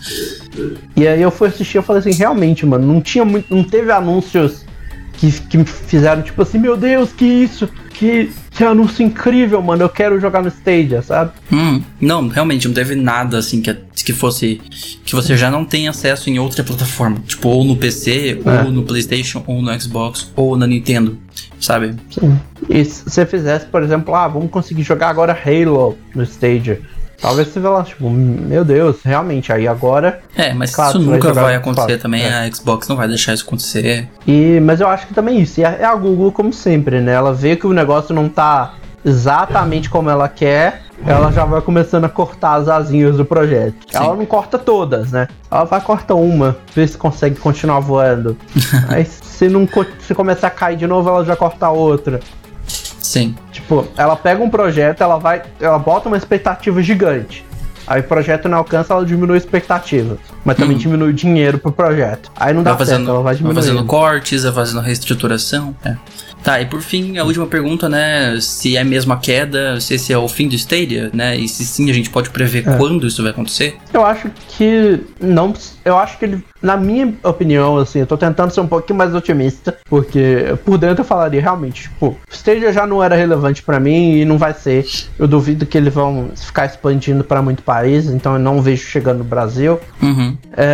E aí eu fui assistir e falei assim, realmente, mano, não tinha muito, não teve anúncios que, que me fizeram tipo assim, meu Deus, que isso? Que, que anúncio incrível, mano, eu quero jogar no Stadia, sabe? Hum, não, realmente, não teve nada assim que, que fosse, que você já não tem acesso em outra plataforma. Tipo, ou no P C, é. ou no PlayStation, ou no Xbox, ou na Nintendo, sabe? Sim. E se você fizesse, por exemplo, ah, vamos conseguir jogar agora Halo no Stadia. Talvez você vê lá, tipo, meu Deus, realmente, aí agora... É, mas claro, isso nunca vai, vai acontecer claro, também, é. A Xbox não vai deixar isso acontecer. E, mas eu acho que também isso, e é a Google como sempre, né? Ela vê que o negócio não tá exatamente como ela quer, ela já vai começando a cortar as asinhas do projeto. Sim. Ela não corta todas, né? Ela vai cortar uma, ver se consegue continuar voando. Aí se, não, se começar a cair de novo, ela já corta a outra. Sim. Tipo, ela pega um projeto, ela vai, ela bota uma expectativa gigante. Aí o projeto não alcança, ela diminui a expectativa. Mas também hum. diminui o dinheiro pro projeto. Aí não dá vai fazendo, certo, ela vai diminuindo. Vai fazendo cortes, vai fazendo reestruturação. É. Tá, e por fim, a última pergunta, né? Se é mesmo a queda, se esse é o fim do Stadia, né? E se sim, a gente pode prever é. quando isso vai acontecer? Eu acho que não... Eu acho que ele... Na minha opinião, assim, eu tô tentando ser um pouquinho mais otimista, porque por dentro eu falaria realmente, tipo, o Stadia já não era relevante pra mim e não vai ser. Eu duvido que eles vão ficar expandindo pra muito país, então eu não vejo chegando no Brasil. Uhum.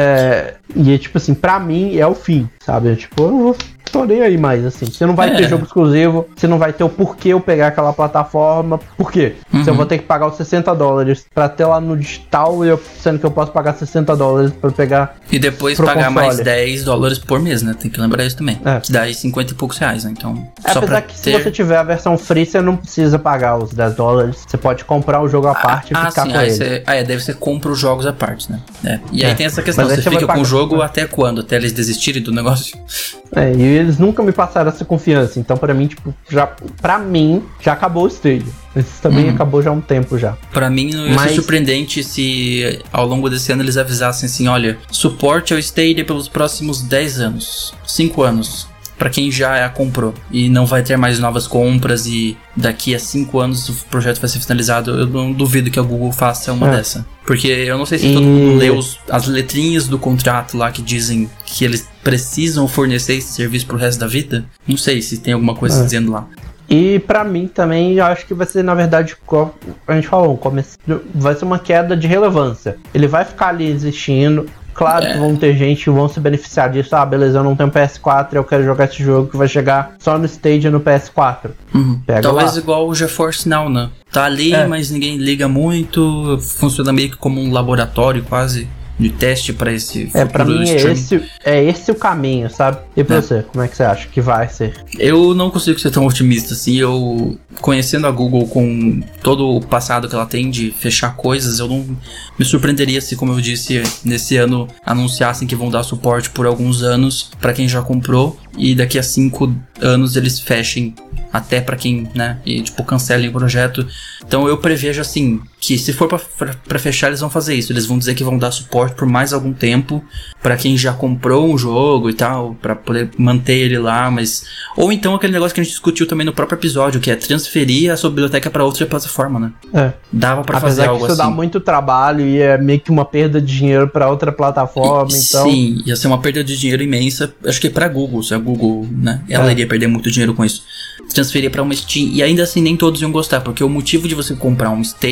É, e, tipo assim, pra mim é o fim, sabe? Tipo, eu não vou... tô nem aí mais, assim. Você não vai é. ter jogo exclusivo, você não vai ter o porquê eu pegar aquela plataforma. Por quê? Uhum. Se eu vou ter que pagar os sessenta dólares pra ter lá no digital, eu, sendo que eu posso pagar sessenta dólares pra pegar. E depois pagar console. Mais dez dólares por mês, né? Tem que lembrar isso também. É. Que dá aí cinquenta e poucos reais, né? Então. É, só apesar que ter... se você tiver a versão free, você não precisa pagar os dez dólares. Você pode comprar o jogo à parte ah, e ficar ah, sim. com aí ele. Você, ah, é, deve ser compra os jogos à parte, né? É. E aí é. tem essa questão, você, você fica com o jogo até quando? Até eles desistirem do negócio? É, e eles nunca me passaram essa confiança, então pra mim, tipo, já, pra mim, já acabou o Stadia. Esse também uhum. acabou já há um tempo já. Pra mim, não ia Mas... ser surpreendente se ao longo desse ano eles avisassem assim, olha, suporte ao Stadia pelos próximos dez anos, cinco anos, pra quem já a comprou. E não vai ter mais novas compras e daqui a cinco anos o projeto vai ser finalizado. Eu não duvido que a Google faça uma é. dessa. Porque eu não sei se e... todo mundo leu os, as letrinhas do contrato lá que dizem que eles precisam fornecer esse serviço pro resto da vida. Não sei se tem alguma coisa é. dizendo lá. E pra mim também, eu acho que vai ser, na verdade, como a gente falou, vai ser uma queda de relevância. Ele vai ficar ali existindo. Claro é. que vão ter gente que vão se beneficiar disso. Ah, beleza, eu não tenho P S quatro, eu quero jogar esse jogo que vai chegar só no Stadia no P S quatro. Uhum. Pega Talvez lá. igual o GeForce Now, né? Tá ali, é. mas ninguém liga muito. Funciona meio que como um laboratório quase de teste pra esse futuro. É, pra mim é esse, é esse o caminho, sabe? E pra é. você, como é que você acha que vai ser? Eu não consigo ser tão otimista assim. Eu, conhecendo a Google com todo o passado que ela tem de fechar coisas, eu não me surpreenderia se, como eu disse, nesse ano anunciassem que vão dar suporte por alguns anos pra quem já comprou e daqui a cinco anos eles fechem até pra quem, né, e tipo cancelem o projeto. Então eu prevejo assim, que se for pra, pra, pra fechar eles vão fazer isso, eles vão dizer que vão dar suporte por mais algum tempo pra quem já comprou um jogo e tal, pra poder manter ele lá, mas... Ou então aquele negócio que a gente discutiu também no próprio episódio, que é transferir a sua biblioteca pra outra plataforma, né? É. Dava pra Apesar fazer algo que isso assim. dá muito trabalho e é meio que uma perda de dinheiro pra outra plataforma, e, então... Sim, ia ser uma perda de dinheiro imensa, acho que pra Google, se a Google, né, ela é. iria perder muito dinheiro com isso. Transferir pra uma Steam, e ainda assim nem todos iam gostar, porque o motivo de você comprar um Stadia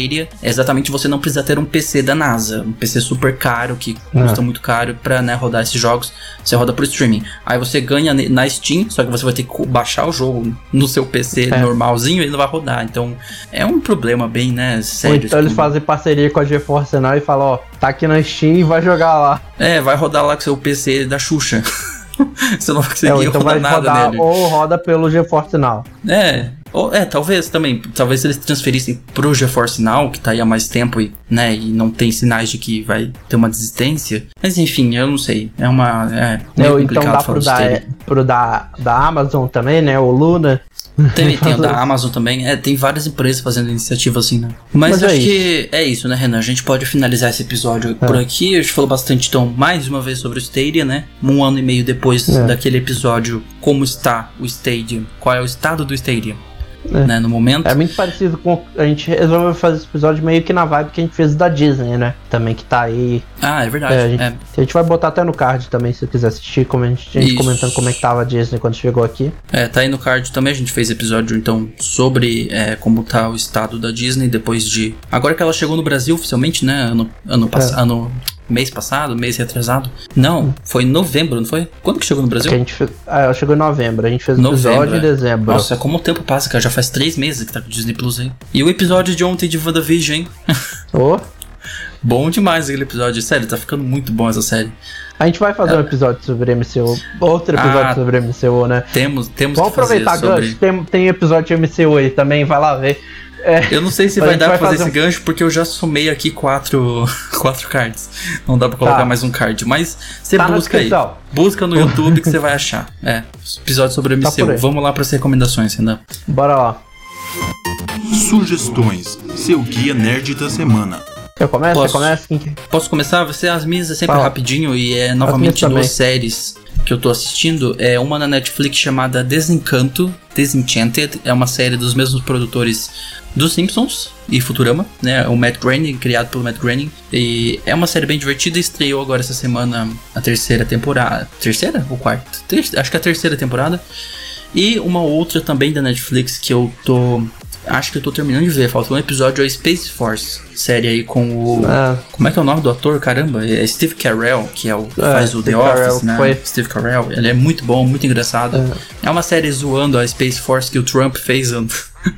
é exatamente você não precisar ter um P C da NASA, um P C super caro, que custa é. muito caro pra, né, rodar esses jogos, você roda pro streaming. Aí você ganha na Steam, só que você vai ter que baixar o jogo no seu P C é. normalzinho e ele não vai rodar, então é um problema bem, né, sério. Ou então eles fazem parceria com a GeForce Now e falam, ó, tá aqui na Steam e vai jogar lá. É, vai rodar lá com o seu P C da Xuxa. Você não vai conseguir é, então rodar vai nada rodar, nele. Ou roda pelo GeForce Now. É, ou, é, talvez também. Talvez se eles transferissem pro GeForce Now, que tá aí há mais tempo e, né, e não tem sinais de que vai ter uma desistência. Mas enfim, eu não sei. É uma. É meio eu, complicado então dá falar pro, da, é, pro da, da Amazon também, né? O Luna. Tem, tem o da Amazon também. É, tem várias empresas fazendo iniciativa assim, né? Mas, Mas acho é que é isso, né, Renan? A gente pode finalizar esse episódio é. por aqui. A gente falou bastante, então, mais uma vez sobre o Stadia, né? Um ano e meio depois é. daquele episódio, como está o Stadia? Qual é o estado do Stadia? É. Né, no momento. É muito parecido com. A gente resolveu fazer esse episódio meio que na vibe que a gente fez da Disney, né? Também que tá aí. Ah, é verdade. É, a, gente, é. a gente vai botar até no card também, se você quiser assistir, como a gente, a gente comentando como é que tava a Disney quando chegou aqui. É, tá aí no card também. A gente fez episódio então sobre é, como tá o estado da Disney depois de. Agora que ela chegou no Brasil oficialmente, né? Ano, ano passado. É. Ano... Mês passado, mês retrasado. Não, foi em novembro, não foi? Quando que chegou no Brasil? Que a gente fez, ah, ela chegou em novembro. A gente fez o episódio é. em dezembro. Nossa, como o tempo passa, cara. Já faz três meses que tá com o Disney Plus aí. E o episódio de ontem de WandaVision, hein? Oh. Bom demais aquele episódio. Sério, tá ficando muito bom essa série. A gente vai fazer é. um episódio sobre M C U. Outro episódio ah, sobre M C U, né? Temos, temos Vamos que fazer aproveitar, sobre... Gus, tem, tem episódio de M C U aí também, vai lá ver. É, eu não sei se vai dar vai pra fazer, fazer esse um... gancho, porque eu já somei aqui quatro, quatro cards. Não dá pra colocar tá. mais um card. Mas você tá busca aí. Busca no YouTube que você vai achar. É, episódio sobre M C U. Tá Vamos lá pras recomendações, Renan. Bora lá. Sugestões. Seu guia nerd da semana. Eu começo? Posso, Você começa? Posso começar? Você, as minhas é sempre Fala. rapidinho e é novamente duas séries que eu tô assistindo. É uma na Netflix chamada Desencanto, Disenchanted. É uma série dos mesmos produtores dos Simpsons e Futurama, né? O Matt Groening, criado pelo Matt Groening. E é uma série bem divertida. Estreou agora essa semana a terceira temporada. Terceira ou quarta? Ter- acho que é a terceira temporada. E uma outra também da Netflix que eu tô... Acho que eu tô terminando de ver. Falta um episódio, é Space Force. Série aí com o... Ah. Como é que é o nome do ator? Caramba, é Steve Carell, que é o que é, faz o Steve The Carell, Office, né? Foi. Steve Carell. Ele é muito bom, muito engraçado. É, é uma série zoando a Space Force que o Trump fez a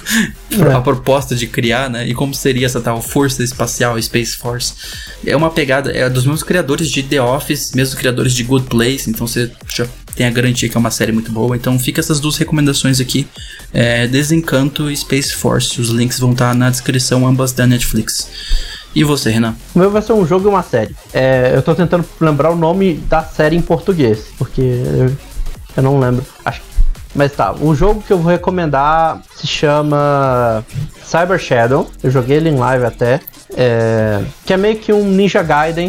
é. proposta de criar, né? E como seria essa tal Força Espacial Space Force. É uma pegada... É dos mesmos criadores de The Office, mesmos criadores de Good Place. Então você já tem a garantia que é uma série muito boa. Então fica essas duas recomendações aqui. É, Desencanto e Space Force. Os links vão estar na descrição, ambas da Netflix. E você, Renan? O meu vai ser um jogo e uma série. É, eu tô tentando lembrar o nome da série em português, porque eu, eu não lembro. Acho, mas tá, o jogo que eu vou recomendar se chama Cyber Shadow. Eu joguei ele em live até. É, que é meio que um Ninja Gaiden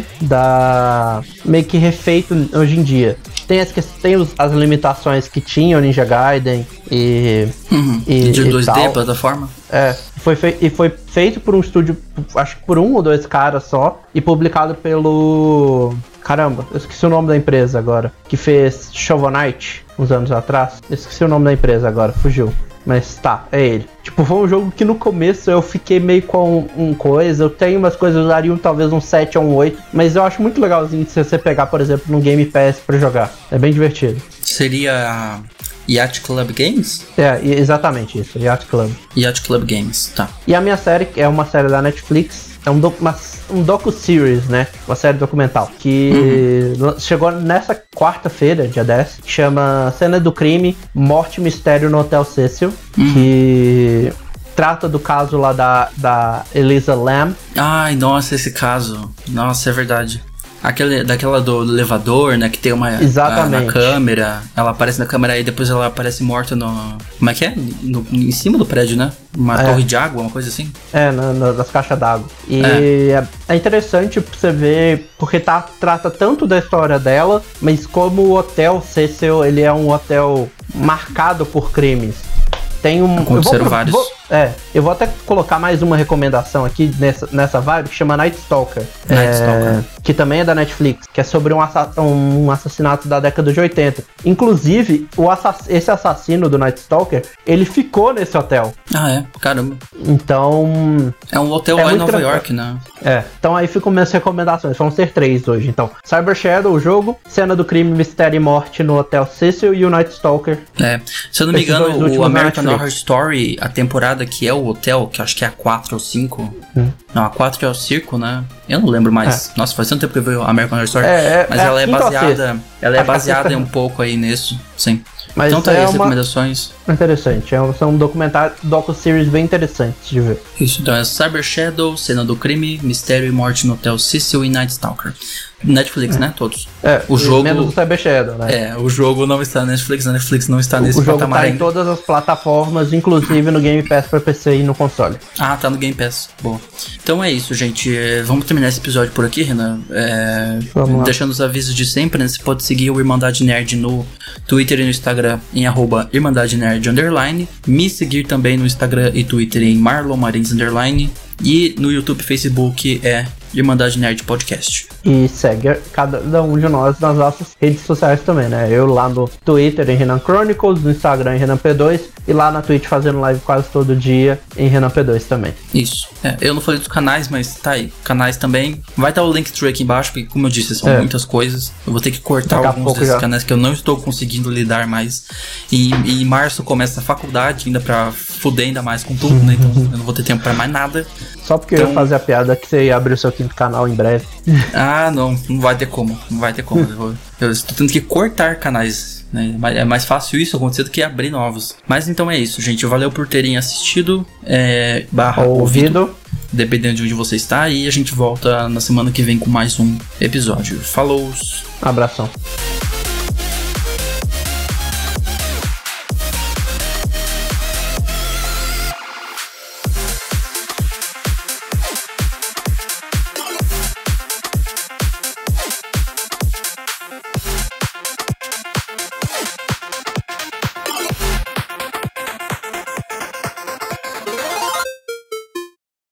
da meio que refeito hoje em dia. Tem as, tem os, as limitações que tinha o Ninja Gaiden e, uhum. e de e dois D, tal. plataforma. É, foi fei- e foi feito por um estúdio, acho que por um ou dois caras só, e publicado pelo... Caramba, eu esqueci o nome da empresa agora, que fez Shovel Knight uns anos atrás. Eu esqueci o nome da empresa agora, fugiu. Mas tá, é ele. Tipo, foi um jogo que no começo eu fiquei meio com um, um coisa. Eu tenho umas coisas, eu daria um, talvez um sete ou um oito. Mas eu acho muito legalzinho se você pegar, por exemplo, no Game Pass pra jogar. É bem divertido. Seria Yacht Club Games? É, exatamente isso, Yacht Club. Yacht Club Games, tá. E a minha série é uma série da Netflix. É um, doc, uma, um docu-series, né? Uma série documental. Que uhum. chegou nessa quarta-feira, dia dez. Chama Cena do Crime, Morte e Mistério no Hotel Cecil. Uhum. Que trata do caso lá da, da Elisa Lam. Ai, nossa, esse caso. Nossa, é verdade. Aquele, daquela do elevador, né? Que tem uma... Exatamente. A, na câmera. Ela aparece na câmera e depois ela aparece morta no... Como é que é? No, em cima do prédio, né? Uma é. torre de água, uma coisa assim. É, na, na, nas caixas d'água. E é. é interessante pra você ver, porque tá, trata tanto da história dela, mas como o Hotel Cecil, ele é um hotel marcado por crimes. Tem um... Aconteceram eu vou, vários. Vou, É, eu vou até colocar mais uma recomendação aqui nessa, nessa vibe que chama Night Stalker. Night é, Stalker. Que também é da Netflix, que é sobre um, assa- um assassinato da década de oitenta. Inclusive, o assass- esse assassino do Night Stalker, ele ficou nesse hotel. Ah, é? Caramba. Então... É um hotel É lá em muito Nova tranquilo. York, né? É, então aí ficam minhas recomendações, vão ser três hoje. Então, Cyber Shadow, o jogo, Cena do Crime, Mistério e Morte no Hotel Cecil e o Night Stalker. É. Se eu não me Esses dois engano, o últimos American na Horror Netflix. Story, a temporada que é o hotel, que acho que é a quatro ou cinco. Hum. Não, a quatro é o circo, né? Eu não lembro mais. Nossa, faz tanto tempo que eu vi o American Horror Story. É, é, mas é ela é quinta ou baseada. sexta? Ela é Acho que a baseada sexta- um pouco aí nisso. Sim. Mas então tá aí é as uma- recomendações. Interessante, é um, são um documentário, docu-series bem interessantes de ver. Isso, então é Cyber Shadow, Cena do Crime, Mistério e Morte no Hotel Cecil e Night Stalker. Netflix, né? Todos. É, O jogo- menos o Cyber Shadow, né? É, o jogo não está na Netflix, a Netflix não está nesse O jogo patamar tá em ainda. todas as plataformas, inclusive no Game Pass pra P C e no console. Ah, tá no Game Pass. Boa. Então é isso, gente. É, vamos terminar esse episódio por aqui, Renan. É, Vamos lá. deixando os avisos de sempre, né? Você pode seguir o Irmandade Nerd no Twitter e no Instagram em arroba Irmandade Nerd underline. Me seguir também no Instagram e Twitter em Marlon Marins underline. E no YouTube e Facebook é Irmandade Nerd Podcast. E segue cada um de nós nas nossas redes sociais também, né? Eu lá no Twitter em Renan Chronicles, no Instagram em Renan P dois e lá na Twitch fazendo live quase todo dia em Renan P dois também. Isso. É, eu não falei dos canais, mas tá aí. Canais também. Vai estar o Linktree aqui embaixo, porque como eu disse, são É. muitas coisas. Eu vou ter que cortar Daqui a alguns pouco desses já. canais que eu não estou conseguindo lidar mais. E, e em março começa a faculdade, ainda pra fuder ainda mais com tudo, né? Então eu não vou ter tempo pra mais nada. Só porque eu Então- ia fazer a piada que você ia abrir o seu quinto canal em breve. Ah, não, não vai ter como. Não vai ter como. eu, vou- eu estou tendo que cortar canais. Né? É mais fácil isso acontecer do que abrir novos. Mas então é isso, gente. Valeu por terem assistido. É, barra ouvido. Ouvido. Dependendo de onde você está. E a gente volta na semana que vem com mais um episódio. Falou! Abração.